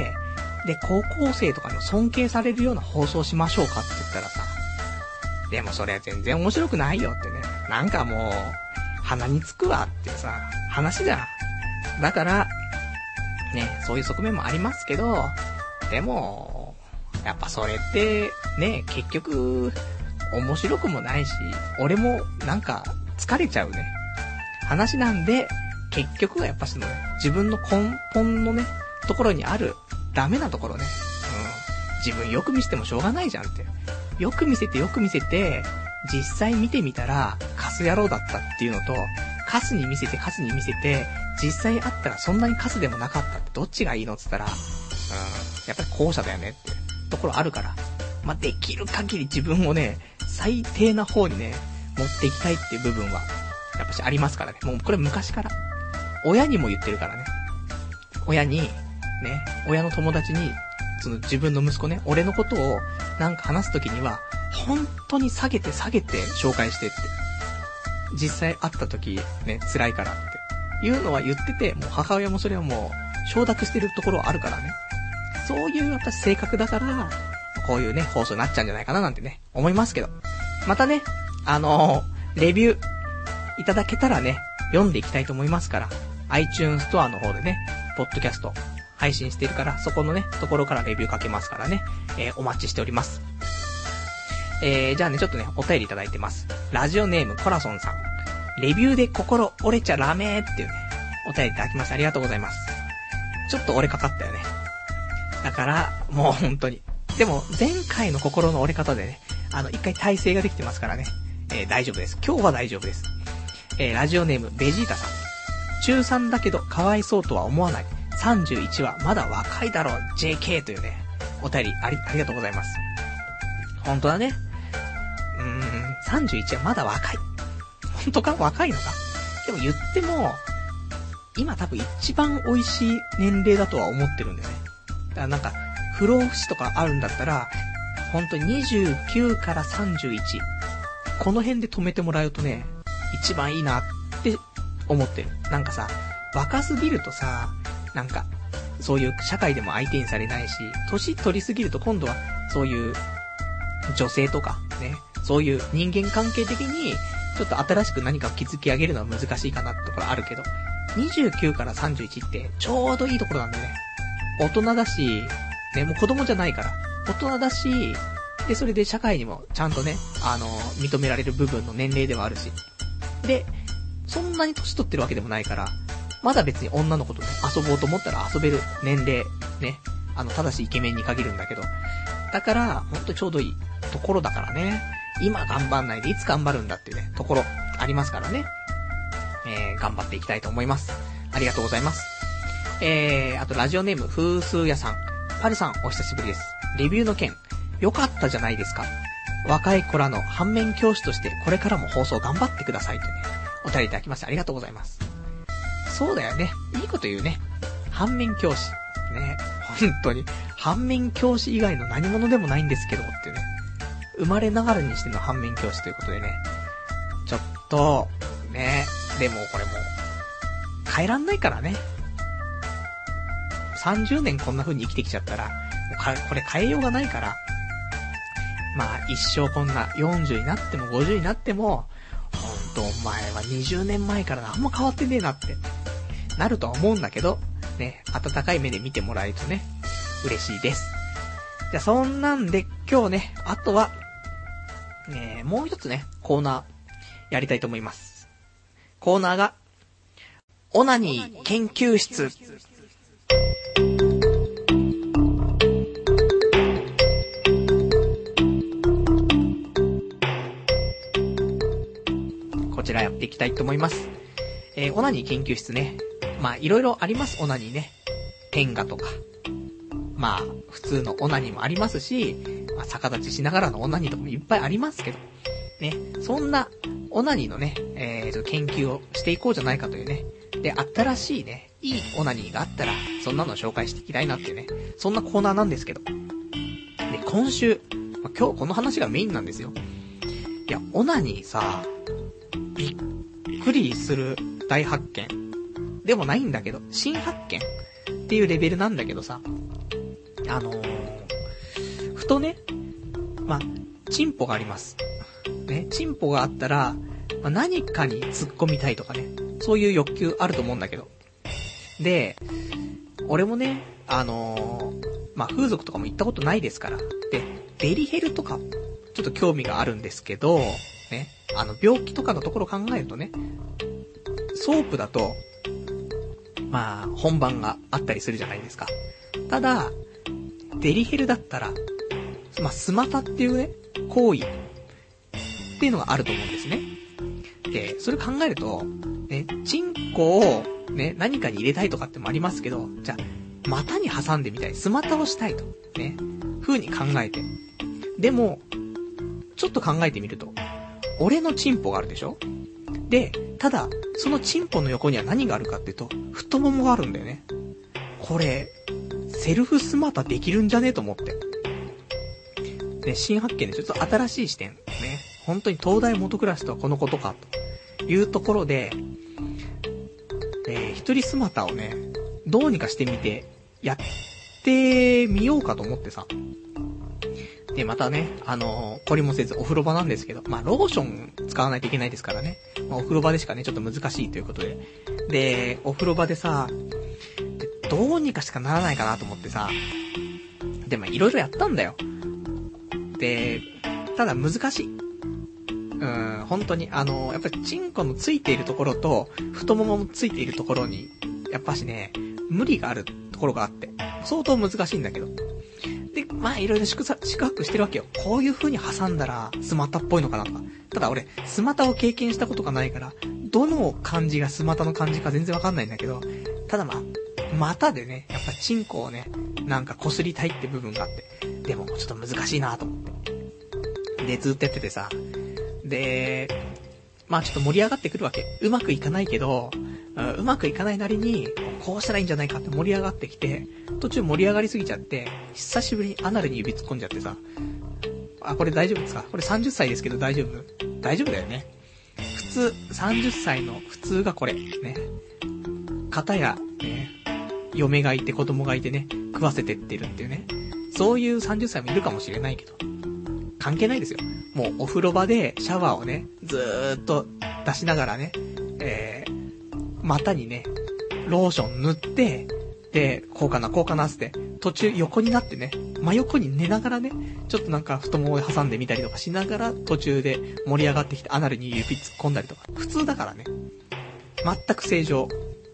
で、高校生とかの尊敬されるような放送しましょうかって言ったらさ、でもそれは全然面白くないよってね。なんかもう、鼻につくわっていうさ、話じゃん。だから、ね、そういう側面もありますけど、でも、やっぱそれって、ね、結局、面白くもないし、俺もなんか疲れちゃうね。話なんで、結局はやっぱそのね、自分の根本のね、ところにあるダメなところね。自分よく見せてもしょうがないじゃんって。よく見せて、実際見てみたら、カス野郎だったっていうのと、カスに見せて、実際あったらそんなにカスでもなかったってどっちがいいのって言ったら、やっぱり後者だよねってところあるから。まあ、できる限り自分をね、最低な方にね、持っていきたいっていう部分は、やっぱしありますからね。もうこれ昔から。親にも言ってるからね。親に、ね、親の友達に、その自分の息子ね、俺のことをなんか話すときには、本当に下げて紹介してって。実際会ったときね、辛いからって。 いうのは言ってて、もう母親もそれはもう承諾してるところはあるからね。そういう私性格だから、こういうね、放送になっちゃうんじゃないかななんてね、思いますけど。またね、レビューいただけたらね、読んでいきたいと思いますから、iTunes ストアの方でね、ポッドキャスト配信してるから、そこのね、ところからレビューかけますからね、お待ちしております。じゃあね、ちょっとね、お便りいただいてます。ラジオネームコラソンさん。レビューで心折れちゃダメっていうね、お便りいただきました。ありがとうございます。ちょっと折れかかったよね。だから、もう本当に。でも、前回の心の折れ方でね、一回体勢ができてますからね。大丈夫です。今日は大丈夫です。ラジオネーム、ベジータさん。中3だけど、かわいそうとは思わない。31はまだ若いだろう、JK というね、お便りありがとうございます。本当だね。31はまだ若い。本当か？若いのか？でも言っても、今多分一番美味しい年齢だとは思ってるんだよね。だからなんか、不老不死とかあるんだったら、本当に29から31。この辺で止めてもらうとね、一番いいなって思ってる。なんかさ、若すぎるとさ、なんか、そういう社会でも相手にされないし、年取りすぎると今度は、そういう、女性とか、ね、そういう人間関係的に、ちょっと新しく何かを築き上げるのは難しいかなってところあるけど、29から31ってちょうどいいところなんだよね。大人だし、ね、もう子供じゃないから、大人だし、で、それで社会にもちゃんとね、認められる部分の年齢ではあるし。で、そんなに年取ってるわけでもないから、まだ別に女の子とね、遊ぼうと思ったら遊べる年齢、ね、ただしイケメンに限るんだけど。だから、ほんとちょうどいいところだからね。今頑張んないでいつ頑張るんだっていうね、ところありますからね。頑張っていきたいと思います。ありがとうございます。あとラジオネーム、風数屋さん。パルさん、お久しぶりです。レビューの件、良かったじゃないですか。若い子らの反面教師として、これからも放送頑張ってくださいとね、お便りいただきましてありがとうございます。そうだよね。いいこと言うね。反面教師。ね。本当に。反面教師以外の何者でもないんですけど、ってね。生まれながらにしての反面教師ということでね。ちょっと、ね。でもこれもう、変えらんないからね。30年こんな風に生きてきちゃったら、もうこれ変えようがないから。まあ、一生こんな40になっても50になっても、ほんとお前は20年前から何も変わってねえなって、なるとは思うんだけど、ね、温かい目で見てもらえるとね、嬉しいです。じゃあそんなんで今日ね、あとは、もう一つね、コーナー、やりたいと思います。コーナーが、オナニー研究室。こちらやっていきたいと思います。オナニー研究室ね。まあ、いろいろあります、オナニーね。ペンガとか。まあ、普通のオナニーもありますし、まあ、逆立ちしながらのオナニーとかもいっぱいありますけど。ね。そんな、オナニーのね、研究をしていこうじゃないかというね。で、新しいね、いいオナニーがあったら、そんなのを紹介していきたいなっていうね。そんなコーナーなんですけど。で、今週、まあ、今日この話がメインなんですよ。いや、オナニーさ、びっくりする大発見でもないんだけど、新発見っていうレベルなんだけどさ、ふとね、まあ、チンポがあります。ね、チンポがあったら、まあ、何かに突っ込みたいとかね、そういう欲求あると思うんだけど。で、俺もね、まあ、風俗とかも行ったことないですから。で、デリヘルとか、ちょっと興味があるんですけど、ね、病気とかのところを考えるとね、ソープだと、まあ、本番があったりするじゃないですか。ただ、デリヘルだったら、まあ、スマタっていうね、行為っていうのがあると思うんですね。で、それ考えると、ね、チンコをね、何かに入れたいとかってもありますけど、じゃあ、股に挟んでみたい、スマタをしたいと、ね、風に考えて。でも、ちょっと考えてみると、俺のチンポがあるでしょ？で、ただ、そのチンポの横には何があるかっていうと、太ももがあるんだよね。これ、セルフスマタできるんじゃねえと思って。で、新発見でちょっと新しい視点。ね。本当に東大元暮らしとはこのことか、というところで、 一人スマタをね、どうにかしてみて、やってみようかと思ってさ。で、またね、懲りもせずお風呂場なんですけど、まあ、ローション使わないといけないですからね。まあ、お風呂場でしかね、ちょっと難しいということで。で、お風呂場でさ、どうにかしかならないかなと思ってさ、で、まあ、いろいろやったんだよ。で、ただ難しい。本当に、やっぱりチンコのついているところと、太もももついているところに、やっぱしね、無理があるところがあって、相当難しいんだけど。で、まあいろいろ四苦八苦してるわけよ。こういう風に挟んだら、スマタっぽいのかなとか。ただ俺、スマタを経験したことがないから、どの漢字がスマタの漢字か全然わかんないんだけど、ただまあ、股でね、やっぱチンコをね、なんか擦りたいって部分があって、でもちょっと難しいなと思って。で、ずっとやっててさ、で、まあちょっと盛り上がってくるわけ。うまくいかないけど、うまくいかないなりに、こうしたらいいんじゃないかって盛り上がってきて、途中盛り上がりすぎちゃって、久しぶりにアナルに指突っ込んじゃってさ、これ大丈夫ですか？これ30歳ですけど大丈夫？大丈夫だよね。普通、30歳の普通がこれ、ね。片や、ね、嫁がいて子供がいてね、食わせてってるっていうね。そういう30歳もいるかもしれないけど、関係ないですよ。もうお風呂場でシャワーをね、ずーっと出しながらね、股にね、ローション塗って、で、こうかなって、途中横になってね、真横に寝ながらね、ちょっとなんか太ももを挟んでみたりとかしながら、途中で盛り上がってきてアナルに指突っ込んだりとか。普通だからね。全く正常。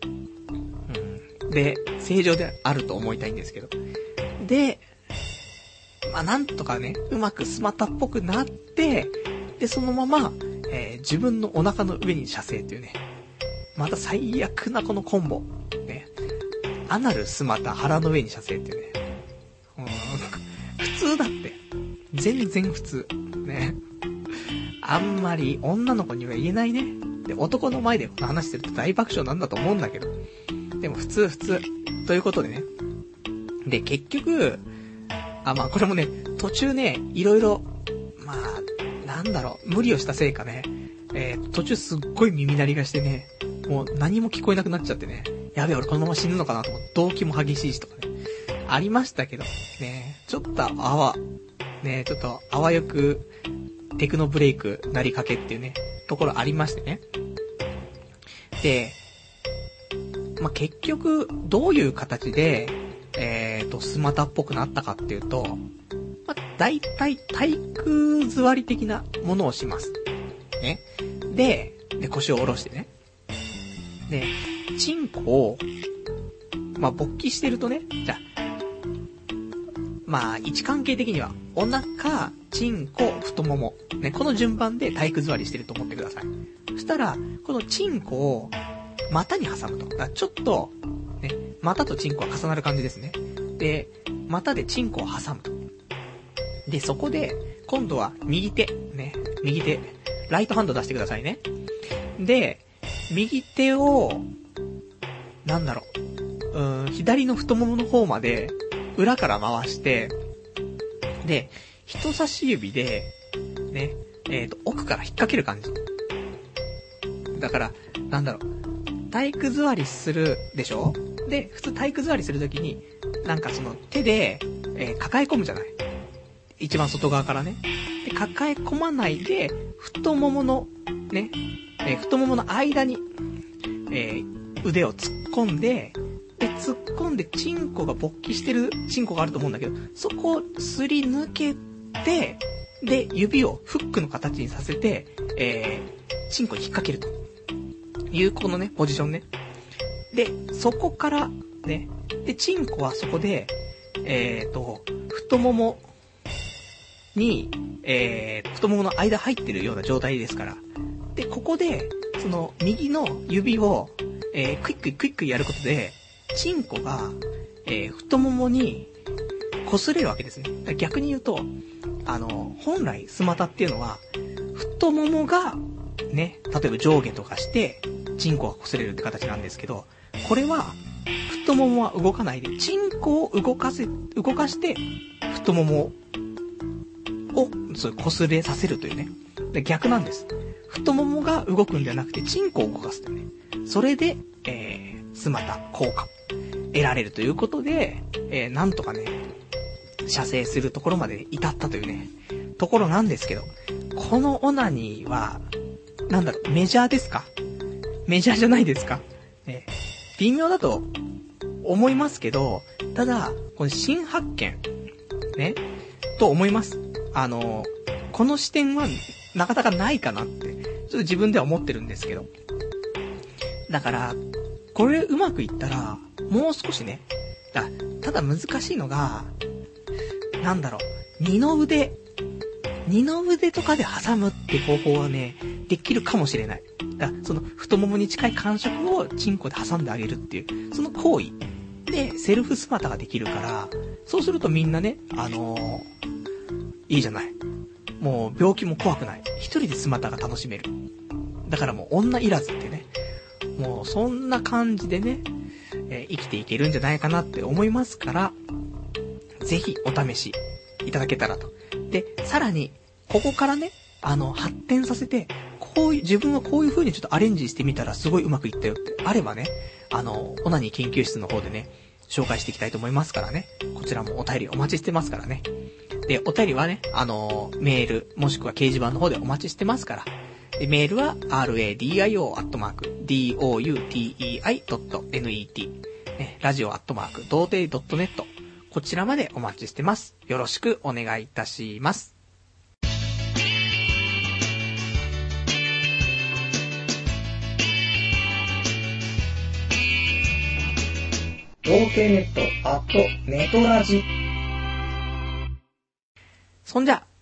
で、正常であると思いたいんですけど。で、まあなんとかね、うまくスマタっぽくなって、で、そのまま、自分のお腹の上に射精っていうね。また最悪なこのコンボ。ね。アナルスマタ腹の上に射精っていうね。普通だって。全然普通。ね。あんまり女の子には言えないね。で、男の前でこの話してると大爆笑なんだと思うんだけど。でも普通。ということでね。で、結局、まあこれもね、途中ね、いろいろ、まあ、なんだろう、無理をしたせいかね。途中すっごい耳鳴りがしてね、もう何も聞こえなくなっちゃってね。やべえ、俺このまま死ぬのかなと思って、動悸も激しいしとかね。ありましたけど、ね、ちょっとあわよく、テクノブレイクなりかけっていうね、ところありましてね。で、まあ、結局、どういう形で、スマタっぽくなったかっていうと、まあ、大体体育座り的なものをします。ね。で、腰を下ろしてね。で、チンコを、まあ、勃起してるとね、じゃあ、まあ、位置関係的には、お腹、チンコ、太もも、ね、この順番で体育座りしてると思ってください。そしたら、このチンコを、股に挟むと。だからちょっと、ね、股とチンコは重なる感じですね。で、股でチンコを挟むと。で、そこで、今度は右手、ライトハンド出してくださいね。で、右手を、なんだろう、左の太ももの方まで、裏から回して、で、人差し指で、ね、奥から引っ掛ける感じ。だから、なんだろう、体育座りするでしょ？で、普通体育座りするときに、なんかその手で、抱え込むじゃない？一番外側からね。で、抱え込まないで、太ももの、ね、太ももの間に、腕を突っ込んで、突っ込んでチンコが勃起してるチンコがあると思うんだけど、そこをすり抜けて、で、指をフックの形にさせて、チンコに引っ掛けると。いうこのね、ポジションね。で、そこから、ね、で、チンコはそこで、太ももに、太ももの間入ってるような状態ですから。で、ここで、その、右の指を、クイックイやることで、チンコが、太ももに、擦れるわけですね。逆に言うと、本来、スマタっていうのは、太ももが、ね、例えば上下とかして、チンコが擦れるって形なんですけど、これは、太ももは動かないで、チンコを動かして、太ももを、擦れさせるというね。で、逆なんです。太ももが動くんじゃなくて、チンコを動かすというね。それで、 スマタ効果得られるということで、なんとかね、射精するところまで至ったというね、ところなんですけど、このオナニーは、なんだろう、メジャーですか？メジャーじゃないですか？微妙だと思いますけど、ただ、この新発見、ね、と思います。この視点はなかなかないかなって、ちょっと自分では思ってるんですけど。だから、これうまくいったら、もう少しね、ただ難しいのが、なんだろう、二の腕とかで挟むって方法はね、できるかもしれない。その太ももに近い感触をチンコで挟んであげるっていう、その行為でセルフスマタができるから、そうするとみんなね、いいじゃない。もう病気も怖くない。一人でスマタが楽しめる。だからもう女いらずってね、もうそんな感じでね、生きていけるんじゃないかなって思いますから、ぜひお試しいただけたらと。で、さらに、ここからね、発展させて、自分はこういう風にちょっとアレンジしてみたらすごいうまくいったよってあればね、オナニー研究室の方でね、紹介していきたいと思いますからね。こちらもお便りお待ちしてますからね。で、お便りはね、メール、もしくは掲示板の方でお待ちしてますから。で、メールは、radio@doutei.net、ね、radio@doutei.net、こちらまでお待ちしてます。よろしくお願いいたします。ネトラジ。そんじゃ、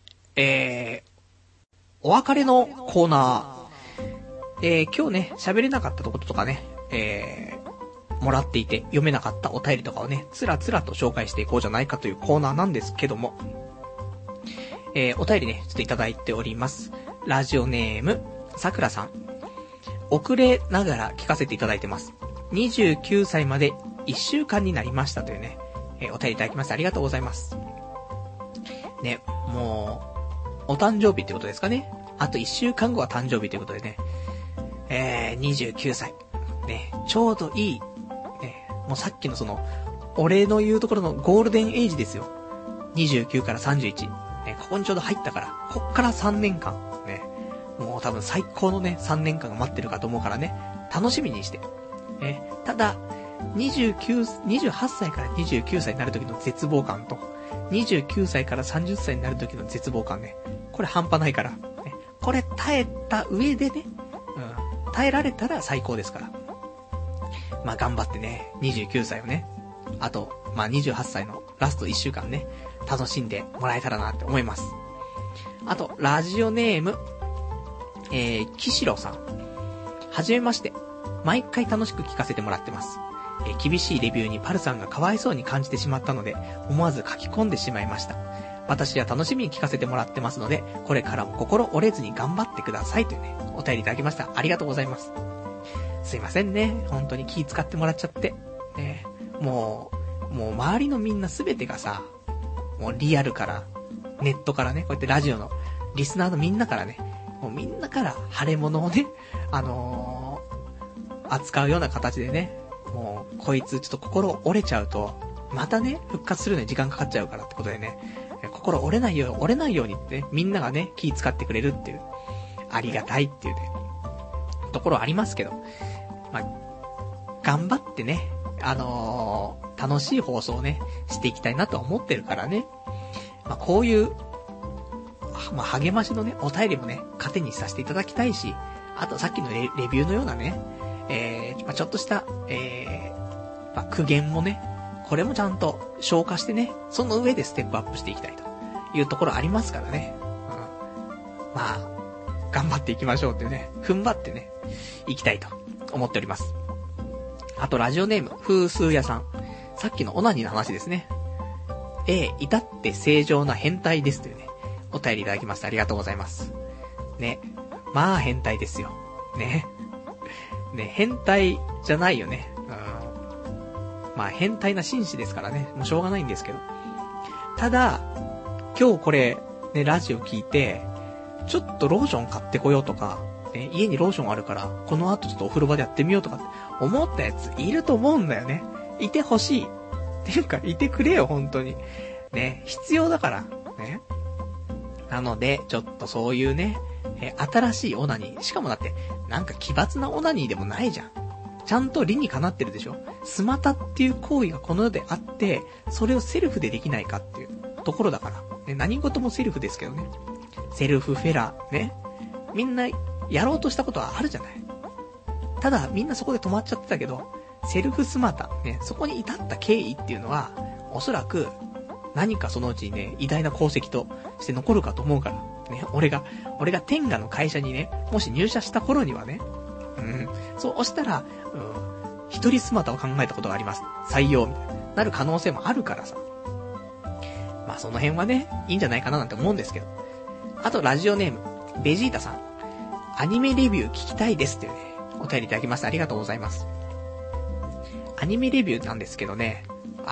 お別れのコーナー。今日ね、喋れなかったこととかね、もらっていて読めなかったお便りとかをね、つらつらと紹介していこうじゃないかというコーナーなんですけども、お便りね、ちょっといただいております。ラジオネーム、さくらさん。遅れながら聞かせていただいてます。29歳まで1週間になりましたというね、お便りいただきましてありがとうございます。ね、もう、お誕生日ってことですかね。あと1週間後は誕生日ということでね、29歳。ね、ちょうどいい、ね、もうさっきのその、俺の言うところのゴールデンエイジですよ。29から31。ね、ここにちょうど入ったから、こっから3年間、ね、もう多分最高のね、3年間が待ってるかと思うからね、楽しみにして。ね、ただ、28歳から29歳になる時の絶望感と、29歳から30歳になる時の絶望感ね、これ半端ないから、ね、これ耐えた上でね、耐えられたら最高ですから。まあ頑張ってね、29歳をね、あと、まあ28歳のラスト1週間ね、楽しんでもらえたらなって思います。あと、ラジオネーム、キシロさん。はじめまして。毎回楽しく聞かせてもらってます。厳しいレビューにパルさんがかわいそうに感じてしまったので、思わず書き込んでしまいました。私は楽しみに聞かせてもらってますので、これからも心折れずに頑張ってくださいというね、お便りいただきました。ありがとうございます。すいませんね。本当に気使ってもらっちゃって。ね、もう周りのみんなすべてがさ、もうリアルから、ネットからね、こうやってラジオのリスナーのみんなからね、もうみんなから腫れ物をね、扱うような形でね、もうこいつちょっと心折れちゃうと、またね、復活するのに時間かかっちゃうからってことでね、心折れないようにってね、みんながね、気使ってくれるっていう、ありがたいっていうね、ところありますけど、まあ、頑張ってね、楽しい放送をね、していきたいなとは思ってるからね、まあ、こういう、まあ、励ましのね、お便りもね、糧にさせていただきたいし、あとさっきのレビューのようなね、まあ、ちょっとした、まあ、苦言もね、これもちゃんと消化してね、その上でステップアップしていきたいというところありますからね。まあ、頑張っていきましょうってね、踏ん張ってね、いきたいと思っております。あとラジオネーム、風数屋さん。さっきのオナニーの話ですね。至って正常な変態ですというね、お便りいただきましてありがとうございます。ね。まあ変態ですよ。ね。ね、変態じゃないよね。まあ変態な紳士ですからね。もうしょうがないんですけど。ただ、今日これ、ね、ラジオ聞いて、ちょっとローション買ってこようとか、ね、家にローションあるから、この後ちょっとお風呂場でやってみようとか思ったやついると思うんだよね。いてほしい。っていうか、いてくれよ、本当に。ね、必要だから。ね。なので、ちょっとそういうね、新しいオナニー。しかもだって、なんか奇抜なオナニーでもないじゃん。ちゃんと理にかなってるでしょ。スマタっていう行為がこの世であって、それをセルフでできないかっていうところだから。ね、何事もセルフですけどね。セルフフェラ、ね。みんなやろうとしたことはあるじゃない。ただ、みんなそこで止まっちゃってたけど、セルフスマタ、ね、そこに至った経緯っていうのは、おそらく、何かそのうちにね、偉大な功績として残るかと思うから。ね、俺が天下の会社にね、もし入社した頃にはね、そうしたら、一人スマタを考えたことがあります。採用、みたいな、なる可能性もあるからさ。まあその辺はね、いいんじゃないかななんて思うんですけど。あと、ラジオネーム、ベジータさん。アニメレビュー聞きたいですっていうね、お便りいただきました。ありがとうございます。アニメレビューなんですけどね、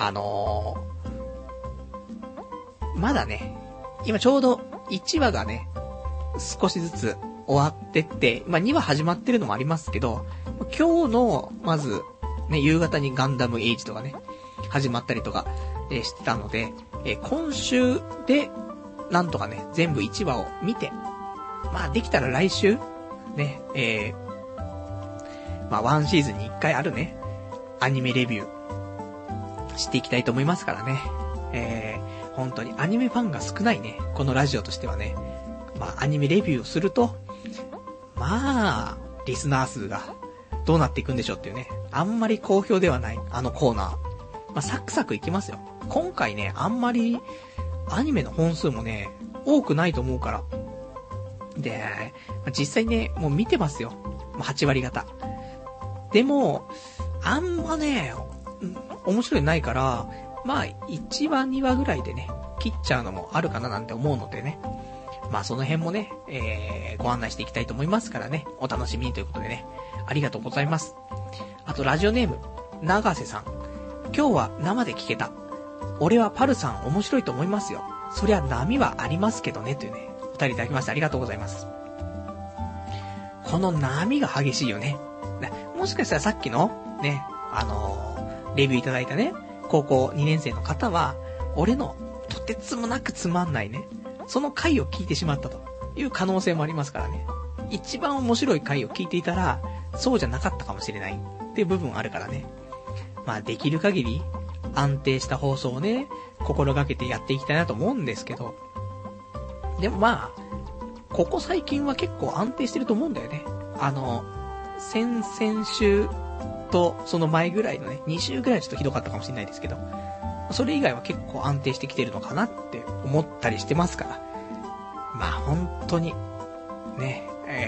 まだね、今ちょうど1話がね、少しずつ終わってって、まあ2話始まってるのもありますけど、今日の、まず、ね、夕方にガンダムエイジとかね、始まったりとか、してたので、今週で、なんとかね、全部1話を見て、まあできたら来週、ね、まあワンシーズンに1回あるね、アニメレビュー、していきたいと思いますからね。本当にアニメファンが少ないね、このラジオとしてはね。まあアニメレビューをすると、まあ、リスナー数がどうなっていくんでしょうっていうね。あんまり好評ではない、あのコーナー。まあサクサクいきますよ。今回ね、あんまり、アニメの本数もね、多くないと思うから。で、実際ね、もう見てますよ。8割方。でも、あんまね、面白いないから、まあ、1話2話ぐらいでね、切っちゃうのもあるかななんて思うのでね。まあその辺もね、ご案内していきたいと思いますからね、お楽しみにということでね、ありがとうございます。あとラジオネーム、長瀬さん。今日は生で聞けた。俺はパルさん面白いと思いますよ。そりゃ波はありますけどね、というね、お二人いただきましてありがとうございます。この波が激しいよね。もしかしたらさっきの、ね、レビューいただいたね、高校2年生の方は、俺のとてつもなくつまんないね、その回を聞いてしまったという可能性もありますからね。一番面白い回を聞いていたら、そうじゃなかったかもしれないっていう部分あるからね。まあできる限り安定した放送をね、心がけてやっていきたいなと思うんですけど、でもまあ、ここ最近は結構安定してると思うんだよね。先々週とその前ぐらいのね、2週ぐらいちょっとひどかったかもしれないですけど、それ以外は結構安定してきてるのかなって思ったりしてますから。まあ本当に、ね、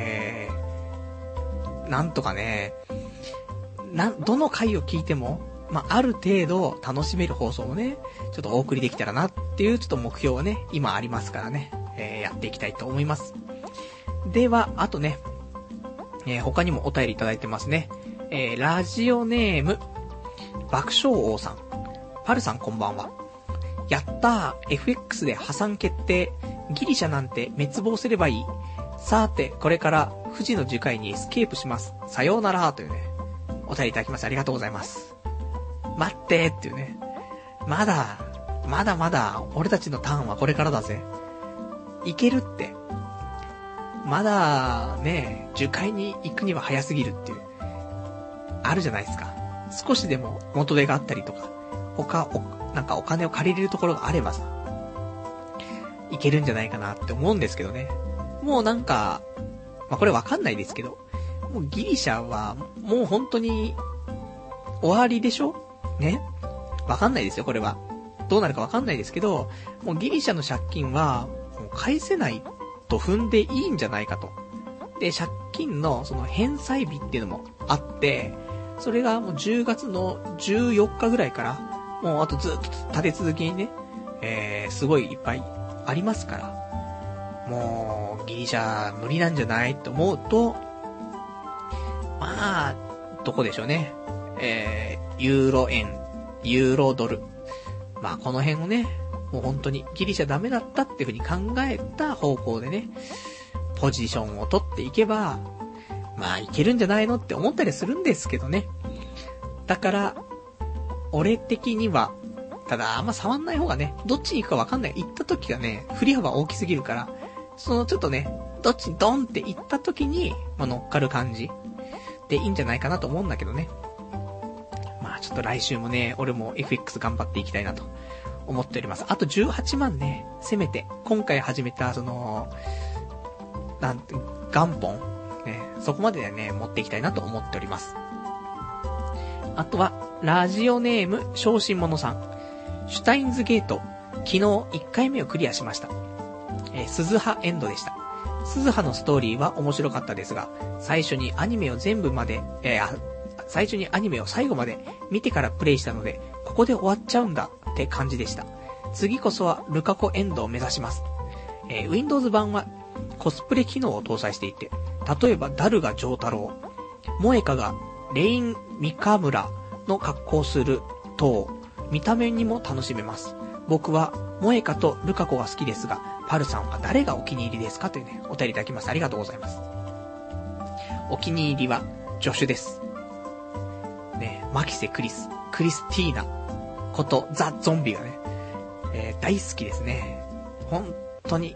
なんとかね、どの回を聞いても、まあある程度楽しめる放送をね、ちょっとお送りできたらなっていうちょっと目標はね、今ありますからね、やっていきたいと思います。では、あとね、他にもお便りいただいてますね。ラジオネーム、爆笑王さん。パルさんこんばんは。やったー、FX で破産決定。ギリシャなんて滅亡すればいい。さーて、これから富士の樹海にエスケープします。さようならというね、お便りいただきましてありがとうございます。待ってーっていうね。まだ、俺たちのターンはこれからだぜ。いけるって。まだ、ね、樹海に行くには早すぎるっていう。あるじゃないですか。少しでも元手があったりとか、なんかお金を借りれるところがあればさ、いけるんじゃないかなって思うんですけどね。もうなんか、まあ、これわかんないですけど、もうギリシャは、もう本当に、終わりでしょね、わかんないですよ、これは。どうなるかわかんないですけど、もうギリシャの借金は、もう返せないと踏んでいいんじゃないかと。で、借金のその返済日っていうのもあって、それがもう10月の14日ぐらいから、もうあとずっと立て続けにね、すごいいっぱいありますから、もうギリシャ無理なんじゃないと思うと、まあ、どこでしょうね。ユーロ円、ユーロドル。まあこの辺をね、もう本当にギリシャダメだったっていう風に考えた方向でね、ポジションを取っていけば、まあいけるんじゃないのって思ったりするんですけどね。 だから、俺的には、ただあんま触んない方がね、どっちに行くかわかんない。行った時がね、振り幅大きすぎるから、そのちょっとね、どっちにドンって行った時に、乗っかる感じでいいんじゃないかなと思うんだけどね。まあちょっと来週もね、俺も FX 頑張っていきたいなと思っております。あと18万ね、せめて、今回始めた、元本、ね、そこまでね、持っていきたいなと思っております。あとは、ラジオネーム、小心者さん。シュタインズゲート、昨日1回目をクリアしました。鈴葉エンドでした。鈴葉のストーリーは面白かったですが、最初にアニメを最後まで見てからプレイしたので、ここで終わっちゃうんだって感じでした。次こそはルカコエンドを目指します。Windows 版はコスプレ機能を搭載していて、例えばダルが丈太郎、萌香がレイン・ミカムラの格好をする等、見た目にも楽しめます。僕は萌香とルカコが好きですが、パルさんは誰がお気に入りですかというね、お便りいただきました。ありがとうございます。お気に入りは助手です。ね、マキセ・クリスティーナことザ・ゾンビがね、大好きですね。本当に、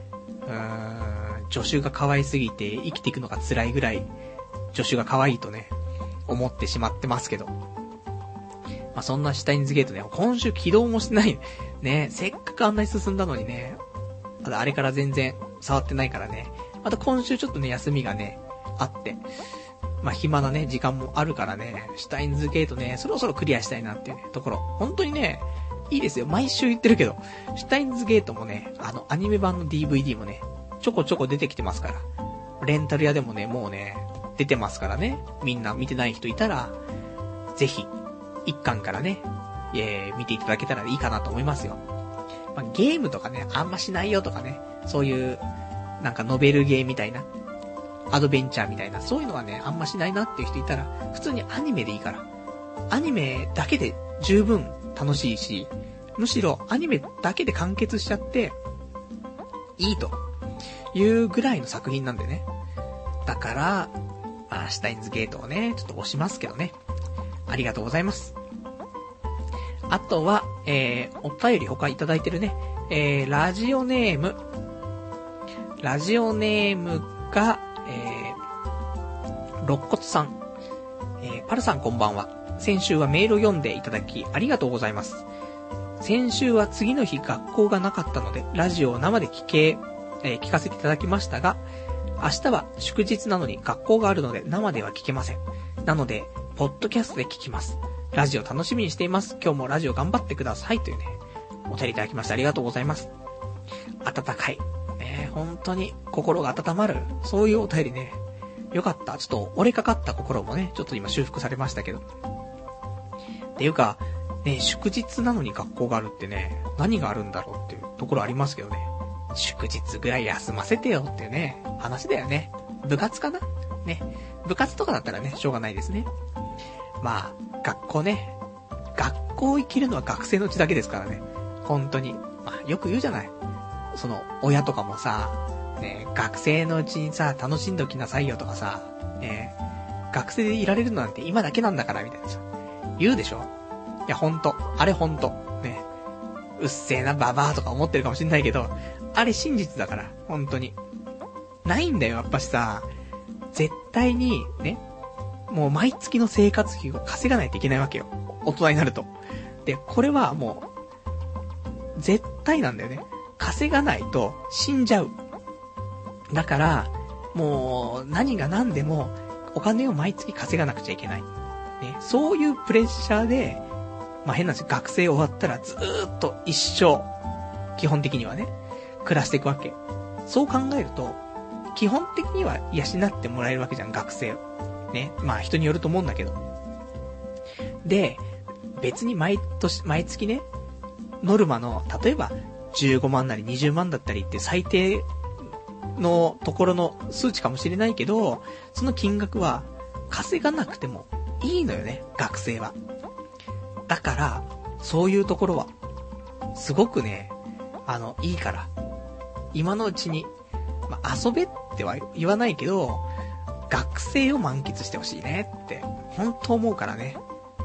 助手が可愛すぎて生きていくのが辛いぐらい、助手が可愛いとね、思ってしまってますけど。まあ、そんなシュタインズゲートね、今週起動もしてない。ね、せっかくあんなに進んだのにね、まだあれから全然触ってないからね。また今週ちょっとね、休みがね、あって。まあ、暇なね、時間もあるからね、シュタインズゲートね、そろそろクリアしたいなっていうね、ところ。本当にね、いいですよ。毎週言ってるけど、シュタインズゲートもね、アニメ版の DVD もね、ちょこちょこ出てきてますから。レンタル屋でもね、もうね、出てますからね。みんな見てない人いたら、ぜひ、一巻からね、見ていただけたらいいかなと思いますよ。まあ、ゲームとかね、あんましないよとかね、そういう、なんかノベルゲーみたいな、アドベンチャーみたいな、そういうのはね、あんましないなっていう人いたら、普通にアニメでいいから。アニメだけで十分楽しいし、むしろアニメだけで完結しちゃって、いいというぐらいの作品なんでね。だから、まあ、シュタインズゲートをね、ちょっと押しますけどね。ありがとうございます。あとは、お便り他いただいてるね。ラジオネームが、肋骨さん。パルさんこんばんは。先週はメールを読んでいただきありがとうございます。先週は次の日学校がなかったので、ラジオを生で聞かせていただきましたが、明日は祝日なのに学校があるので生では聞けません。なので、ポッドキャストで聞きます。ラジオ楽しみにしています。今日もラジオ頑張ってください。というね、お便りいただきましてありがとうございます。温かい。ね、本当に心が温まる。そういうお便りね。よかった。ちょっと折れかかった心もね、ちょっと今修復されましたけど。っていうか、ね、祝日なのに学校があるってね、何があるんだろうっていうところありますけどね。祝日ぐらい休ませてよっていうね、話だよね。部活かなね。部活とかだったらね、しょうがないですね。まあ、学校ね。学校生きるのは学生のうちだけですからね。本当に。まあ、よく言うじゃない。その、親とかもさ、ね、学生のうちにさ、楽しんでおきなさいよとかさ、ね、学生でいられるのなんて今だけなんだからみたいなさ、言うでしょ。いや、ほんと。あれほんと。ね。うっせえなババアとか思ってるかもしんないけど、あれ真実だから、ほんとに。ないんだよ、やっぱしさ、絶対に、ね、もう毎月の生活費を稼がないといけないわけよ。大人になると。で、これはもう、絶対なんだよね。稼がないと死んじゃう。だから、もう、何が何でも、お金を毎月稼がなくちゃいけない。ね、そういうプレッシャーで、まあ、変な話、学生終わったらずーっと一生、基本的にはね、暮らしていくわけ。そう考えると、基本的には養ってもらえるわけじゃん、学生を。ね。まあ人によると思うんだけど。で、別に毎月ね、ノルマの、例えば15万なり20万だったりって最低のところの数値かもしれないけど、その金額は稼がなくてもいいのよね、学生は。だから、そういうところは、すごくね、いいから、今のうちに、まあ、遊べっては言わないけど、学生を満喫してほしいねって、本当思うからね。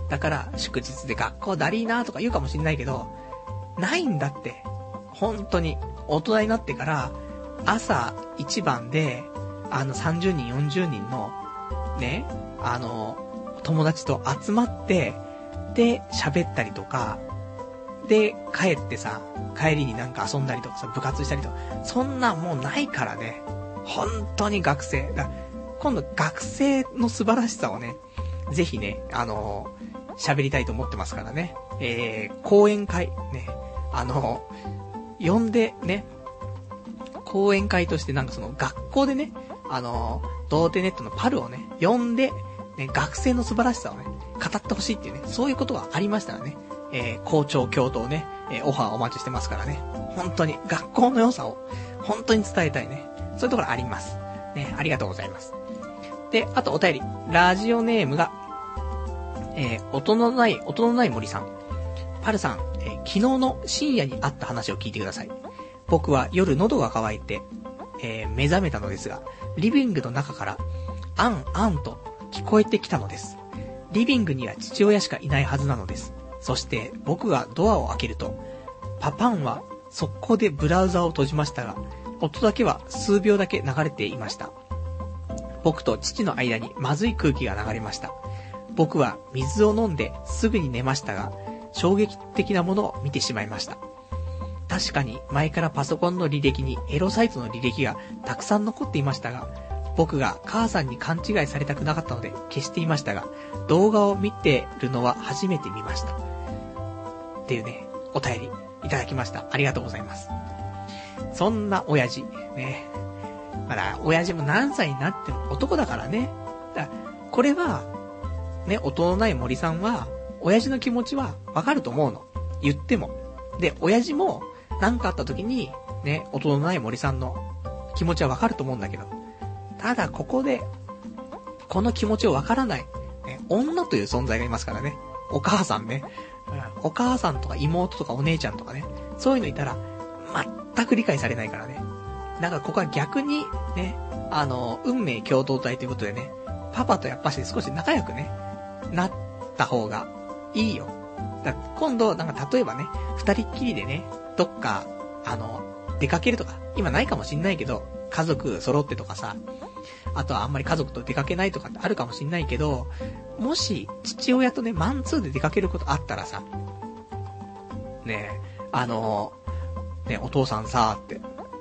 だから祝日で学校だりーなーとか言うかもしんないけど、ないんだって。本当に。大人になってから、朝一番で、30人、40人の、ね、友達と集まって、で、喋ったりとか、で、帰ってさ、帰りになんか遊んだりとかさ、部活したりとか、そんなもうないからね。本当に学生。今度学生の素晴らしさをね、ぜひね、喋りたいと思ってますからね。講演会、ね、呼んでね、講演会としてなんかその学校でね、童貞ネットのパルをね、呼んで、ね、学生の素晴らしさをね、語ってほしいっていうね、そういうことがありましたらね、校長教頭ね、オファーお待ちしてますからね。本当に、学校の良さを、本当に伝えたいね。そういうところあります。ね、ありがとうございます。で、あとお便り。ラジオネームが、音のない森さん。パルさん、昨日の深夜にあった話を聞いてください。僕は夜喉が渇いて、目覚めたのですが、リビングの中から、あんあんと聞こえてきたのです。リビングには父親しかいないはずなのです。そして僕がドアを開けると、パパンは速攻でブラウザを閉じましたが、音だけは数秒だけ流れていました。僕と父の間にまずい空気が流れました。僕は水を飲んですぐに寝ましたが、衝撃的なものを見てしまいました。確かに前からパソコンの履歴にエロサイトの履歴がたくさん残っていましたが、僕が母さんに勘違いされたくなかったので消していましたが、動画を見てるのは初めて見ました。っていうね、お便りいただきました。ありがとうございます。そんな親父、ね。まだ親父も何歳になっても男だからね。だからこれは、ね、音のない森さんは、親父の気持ちはわかると思うの。言っても。で、親父も何かあった時に、ね、音のない森さんの気持ちはわかると思うんだけど。ただここで、この気持ちをわからない、ね、女という存在がいますからね。お母さんね。お母さんとか妹とかお姉ちゃんとかね。そういうのいたら、全く理解されないからね。だからここは逆に、ね、運命共同体ということでね、パパとやっぱし少し仲良くね、なった方がいいよ。だ今度、なんか例えばね、二人っきりでね、どっか、出かけるとか、今ないかもしんないけど、家族揃ってとかさ、あとはあんまり家族と出かけないとかってあるかもしんないけど、もし、父親とね、マンツーで出かけることあったらさ、ねね、お父さんさ、って、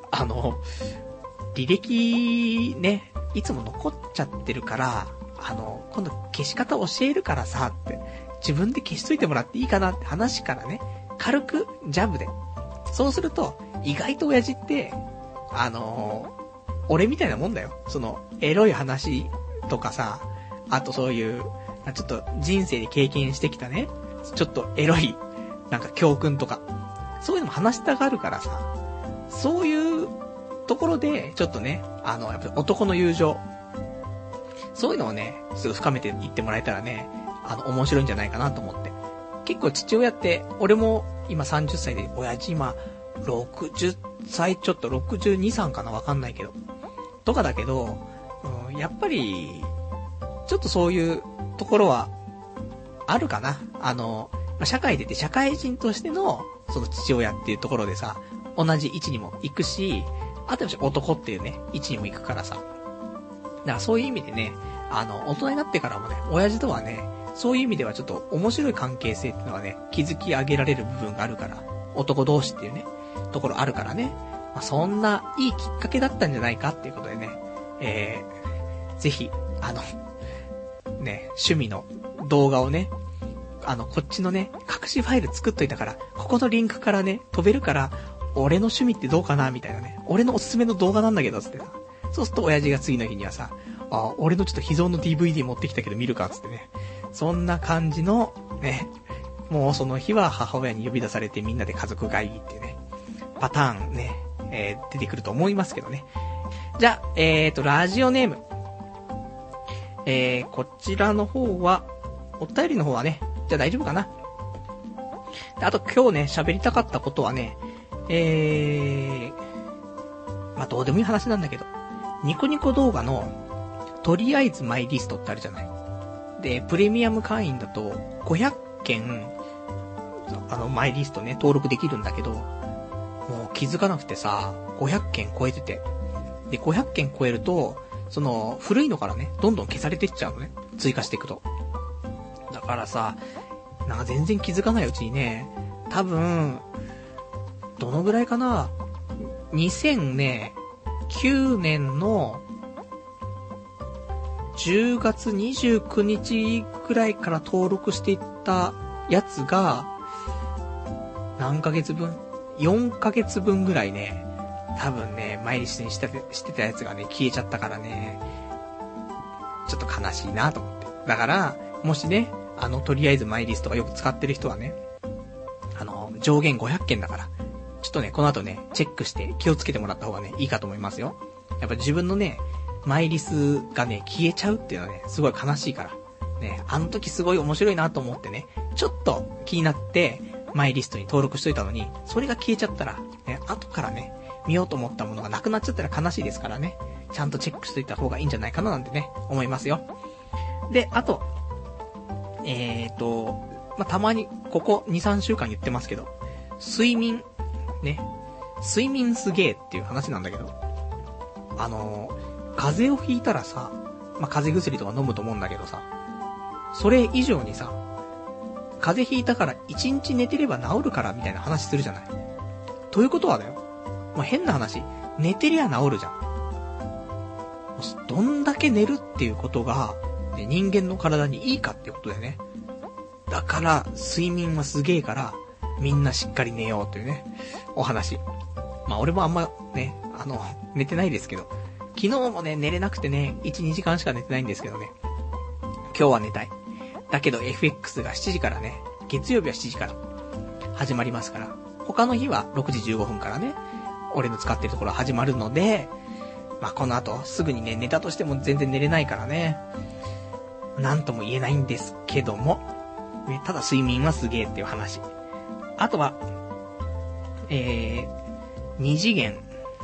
履歴、ね、いつも残っちゃってるから、今度消し方教えるからさ、って、自分で消しといてもらっていいかなって話からね、軽くジャブで。そうすると、意外と親父って、俺みたいなもんだよ。その、エロい話とかさ、あとそういう、ちょっと人生で経験してきたね、ちょっとエロい、なんか教訓とか、そういうのも話したがるからさ、そういうところで、ちょっとね、やっぱり男の友情、そういうのをね、すぐ深めていってもらえたらね、面白いんじゃないかなと思って。結構父親って、俺も今30歳で、親父今、60歳ちょっと62、3かなわかんないけど。とかだけど、やっぱり、ちょっとそういうところは、あるかな。社会出て社会人としての、その父親っていうところでさ、同じ位置にも行くし、あと男っていうね、位置にも行くからさ。だからそういう意味でね、大人になってからもね、親父とはね、そういう意味ではちょっと面白い関係性っていうのはね、築き上げられる部分があるから、男同士っていうね、ところあるからね、そんないいきっかけだったんじゃないかっていうことでね、ぜひ、ね、趣味の動画をね、こっちのね、隠しファイル作っといたから、ここのリンクからね、飛べるから、俺の趣味ってどうかなみたいなね、俺のおすすめの動画なんだけど、つってさ。そうすると親父が次の日にはさ、俺のちょっと秘蔵の DVD 持ってきたけど見るか、つってね。そんな感じの、ね、もうその日は母親に呼び出されてみんなで家族会議っていうね、パターンね、出てくると思いますけどね。じゃあ、ラジオネーム。こちらの方は、お便りの方はね、じゃあ大丈夫かな。あと今日ね、喋りたかったことはね、どうでもいい話なんだけど、ニコニコ動画の、とりあえずマイリストってあるじゃない。 で、プレミアム会員だと500件、マイリストね、登録できるんだけど、もう気づかなくてさ、500件超えてて。で、500件超えると、古いのからね、どんどん消されてっちゃうのね。追加していくと。だからさ、なんか全然気づかないうちにね、多分、どのぐらいかな、2009年の10月29日くらいから登録していったやつが、何ヶ月分 ?4 ヶ月分ぐらいね、多分ね、マイリストにしてたやつがね、消えちゃったからね、ちょっと悲しいなと思って。だから、もしね、とりあえずマイリストがよく使ってる人はね、上限500件だから、ちょっとね、この後ね、チェックして気をつけてもらった方がね、いいかと思いますよ。やっぱ自分のね、マイリスがね、消えちゃうっていうのはね、すごい悲しいから。ね、あの時すごい面白いなと思ってね、ちょっと気になって、マイリストに登録しといたのに、それが消えちゃったら、ね、後からね、見ようと思ったものがなくなっちゃったら悲しいですからね、ちゃんとチェックしといた方がいいんじゃないかななんてね、思いますよ。で、あと、たまに、ここ2、3週間言ってますけど、睡眠、ね、睡眠すげーっていう話なんだけど、風邪をひいたらさ、風邪薬とか飲むと思うんだけどさ、それ以上にさ、風邪ひいたから1日寝てれば治るからみたいな話するじゃない。ということはだよ。変な話、寝てりゃ治るじゃん。どんだけ寝るっていうことが、ね、人間の体にいいかっていうことだよね。だから、睡眠はすげえから、みんなしっかり寝ようというね、お話。俺もあんまね、寝てないですけど、昨日もね、寝れなくてね、1、2時間しか寝てないんですけどね。今日は寝たい。だけど FX が7時からね、月曜日は7時から始まりますから、他の日は6時15分からね、俺の使ってるところ始まるので、この後すぐにね、寝たとしても全然寝れないからね、なんとも言えないんですけども、ね、ただ睡眠はすげえっていう話。あとは、二次元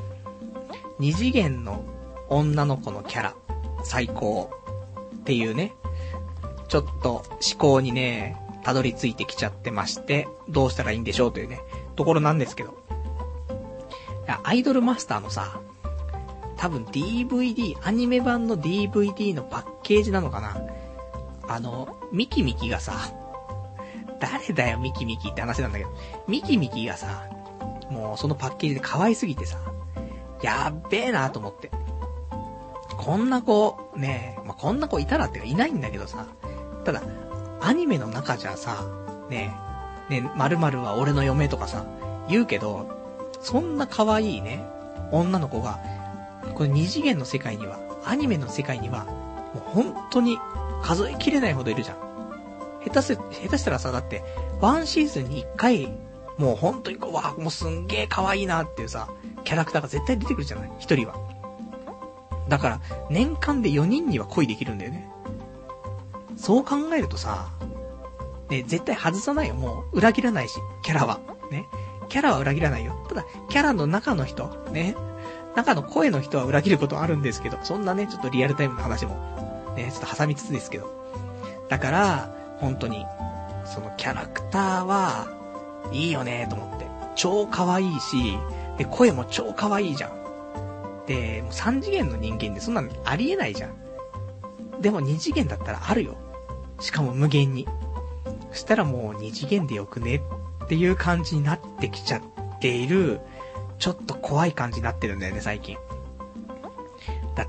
の女の子のキャラ、最高っていうね、ちょっと思考にね、たどり着いてきちゃってまして、どうしたらいいんでしょうというね、ところなんですけど。アイドルマスターのさ、多分 DVD、アニメ版の DVD のパッケージなのかな。ミキミキがさ、誰だよミキミキって話なんだけど、ミキミキがさ、もうそのパッケージで可愛すぎてさ、やっべえなと思って。こんな子、ねえ、こんな子いたらってかいないんだけどさ、ただ、アニメの中じゃさ、ねえ、〇〇は俺の嫁とかさ、言うけど、そんな可愛いね、女の子が、この二次元の世界には、アニメの世界には、もう本当に数えきれないほどいるじゃん。下手したらさ、だって、ワンシーズンに1回、もう本当にもうすんげー可愛いなっていうさ、キャラクターが絶対出てくるじゃない、一人は。だから、年間で4人には恋できるんだよね。そう考えるとさ、ね、絶対外さないよ、もう。裏切らないし、キャラは。ね。キャラは裏切らないよ。ただ、キャラの中の人、ね。中の声の人は裏切ることはあるんですけど、そんなね、ちょっとリアルタイムの話も、ね、ちょっと挟みつつですけど。だから、本当に、そのキャラクターは、いいよね、と思って。超可愛いし、で、声も超可愛いじゃん。で、もう3次元の人間でそんなのありえないじゃん。でも2次元だったらあるよ。しかも無限に。そしたらもう2次元でよくねっていう感じになってきちゃっている、ちょっと怖い感じになってるんだよね、最近。だって、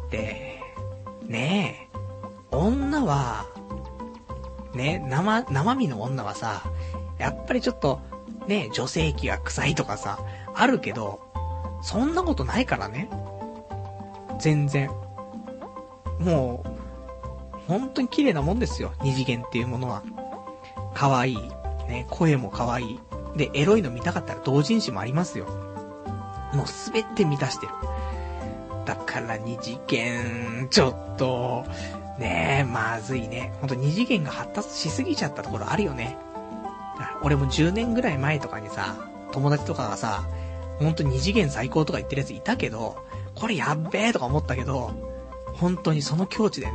ねえ、女は、ね、生身の女はさ、やっぱりちょっと、ね、女性器が臭いとかさ、あるけど、そんなことないからね。全然。もう、本当に綺麗なもんですよ、二次元っていうものは。可愛い。ね、声も可愛い。で、エロいの見たかったら同人誌もありますよ。もうすべて満たしてる。だから二次元、ちょっと、ねえ、まずいね。ほんと二次元が発達しすぎちゃったところあるよね。俺も10年ぐらい前とかにさ、友達とかがさ、ほんと二次元最高とか言ってるやついたけど、これやっべえとか思ったけど、本当にその境地でね、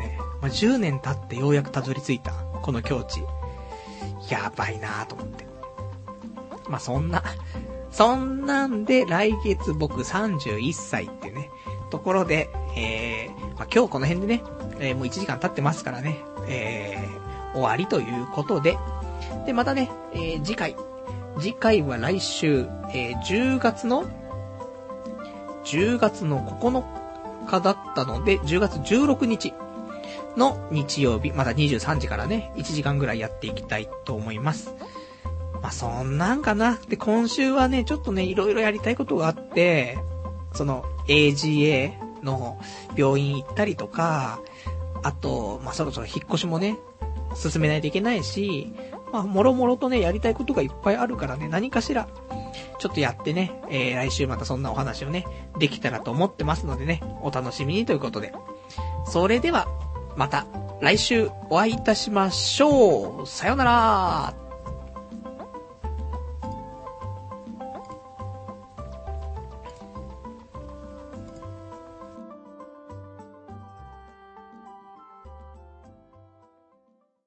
まあ、10年経ってようやくたどり着いた、この境地。やばいなぁと思って。まあ、そんなんで、来月僕31歳ってね、ところで、まあ、今日この辺でね、もう1時間経ってますからね、終わりということで、で、またね、次回は来週、10月の9日だったので、10月16日の日曜日、まだ23時からね、1時間ぐらいやっていきたいと思います。まあ、そんなんかな。で、今週はね、ちょっとね、いろいろやりたいことがあって、AGA の病院行ったりとか、あと、まあ、そろそろ引っ越しもね、進めないといけないし、まあ、もろもろとね、やりたいことがいっぱいあるからね、何かしら、ちょっとやってね、来週またそんなお話をね、できたらと思ってますのでね、お楽しみにということで。それでは、また、来週お会いいたしましょう。さよなら。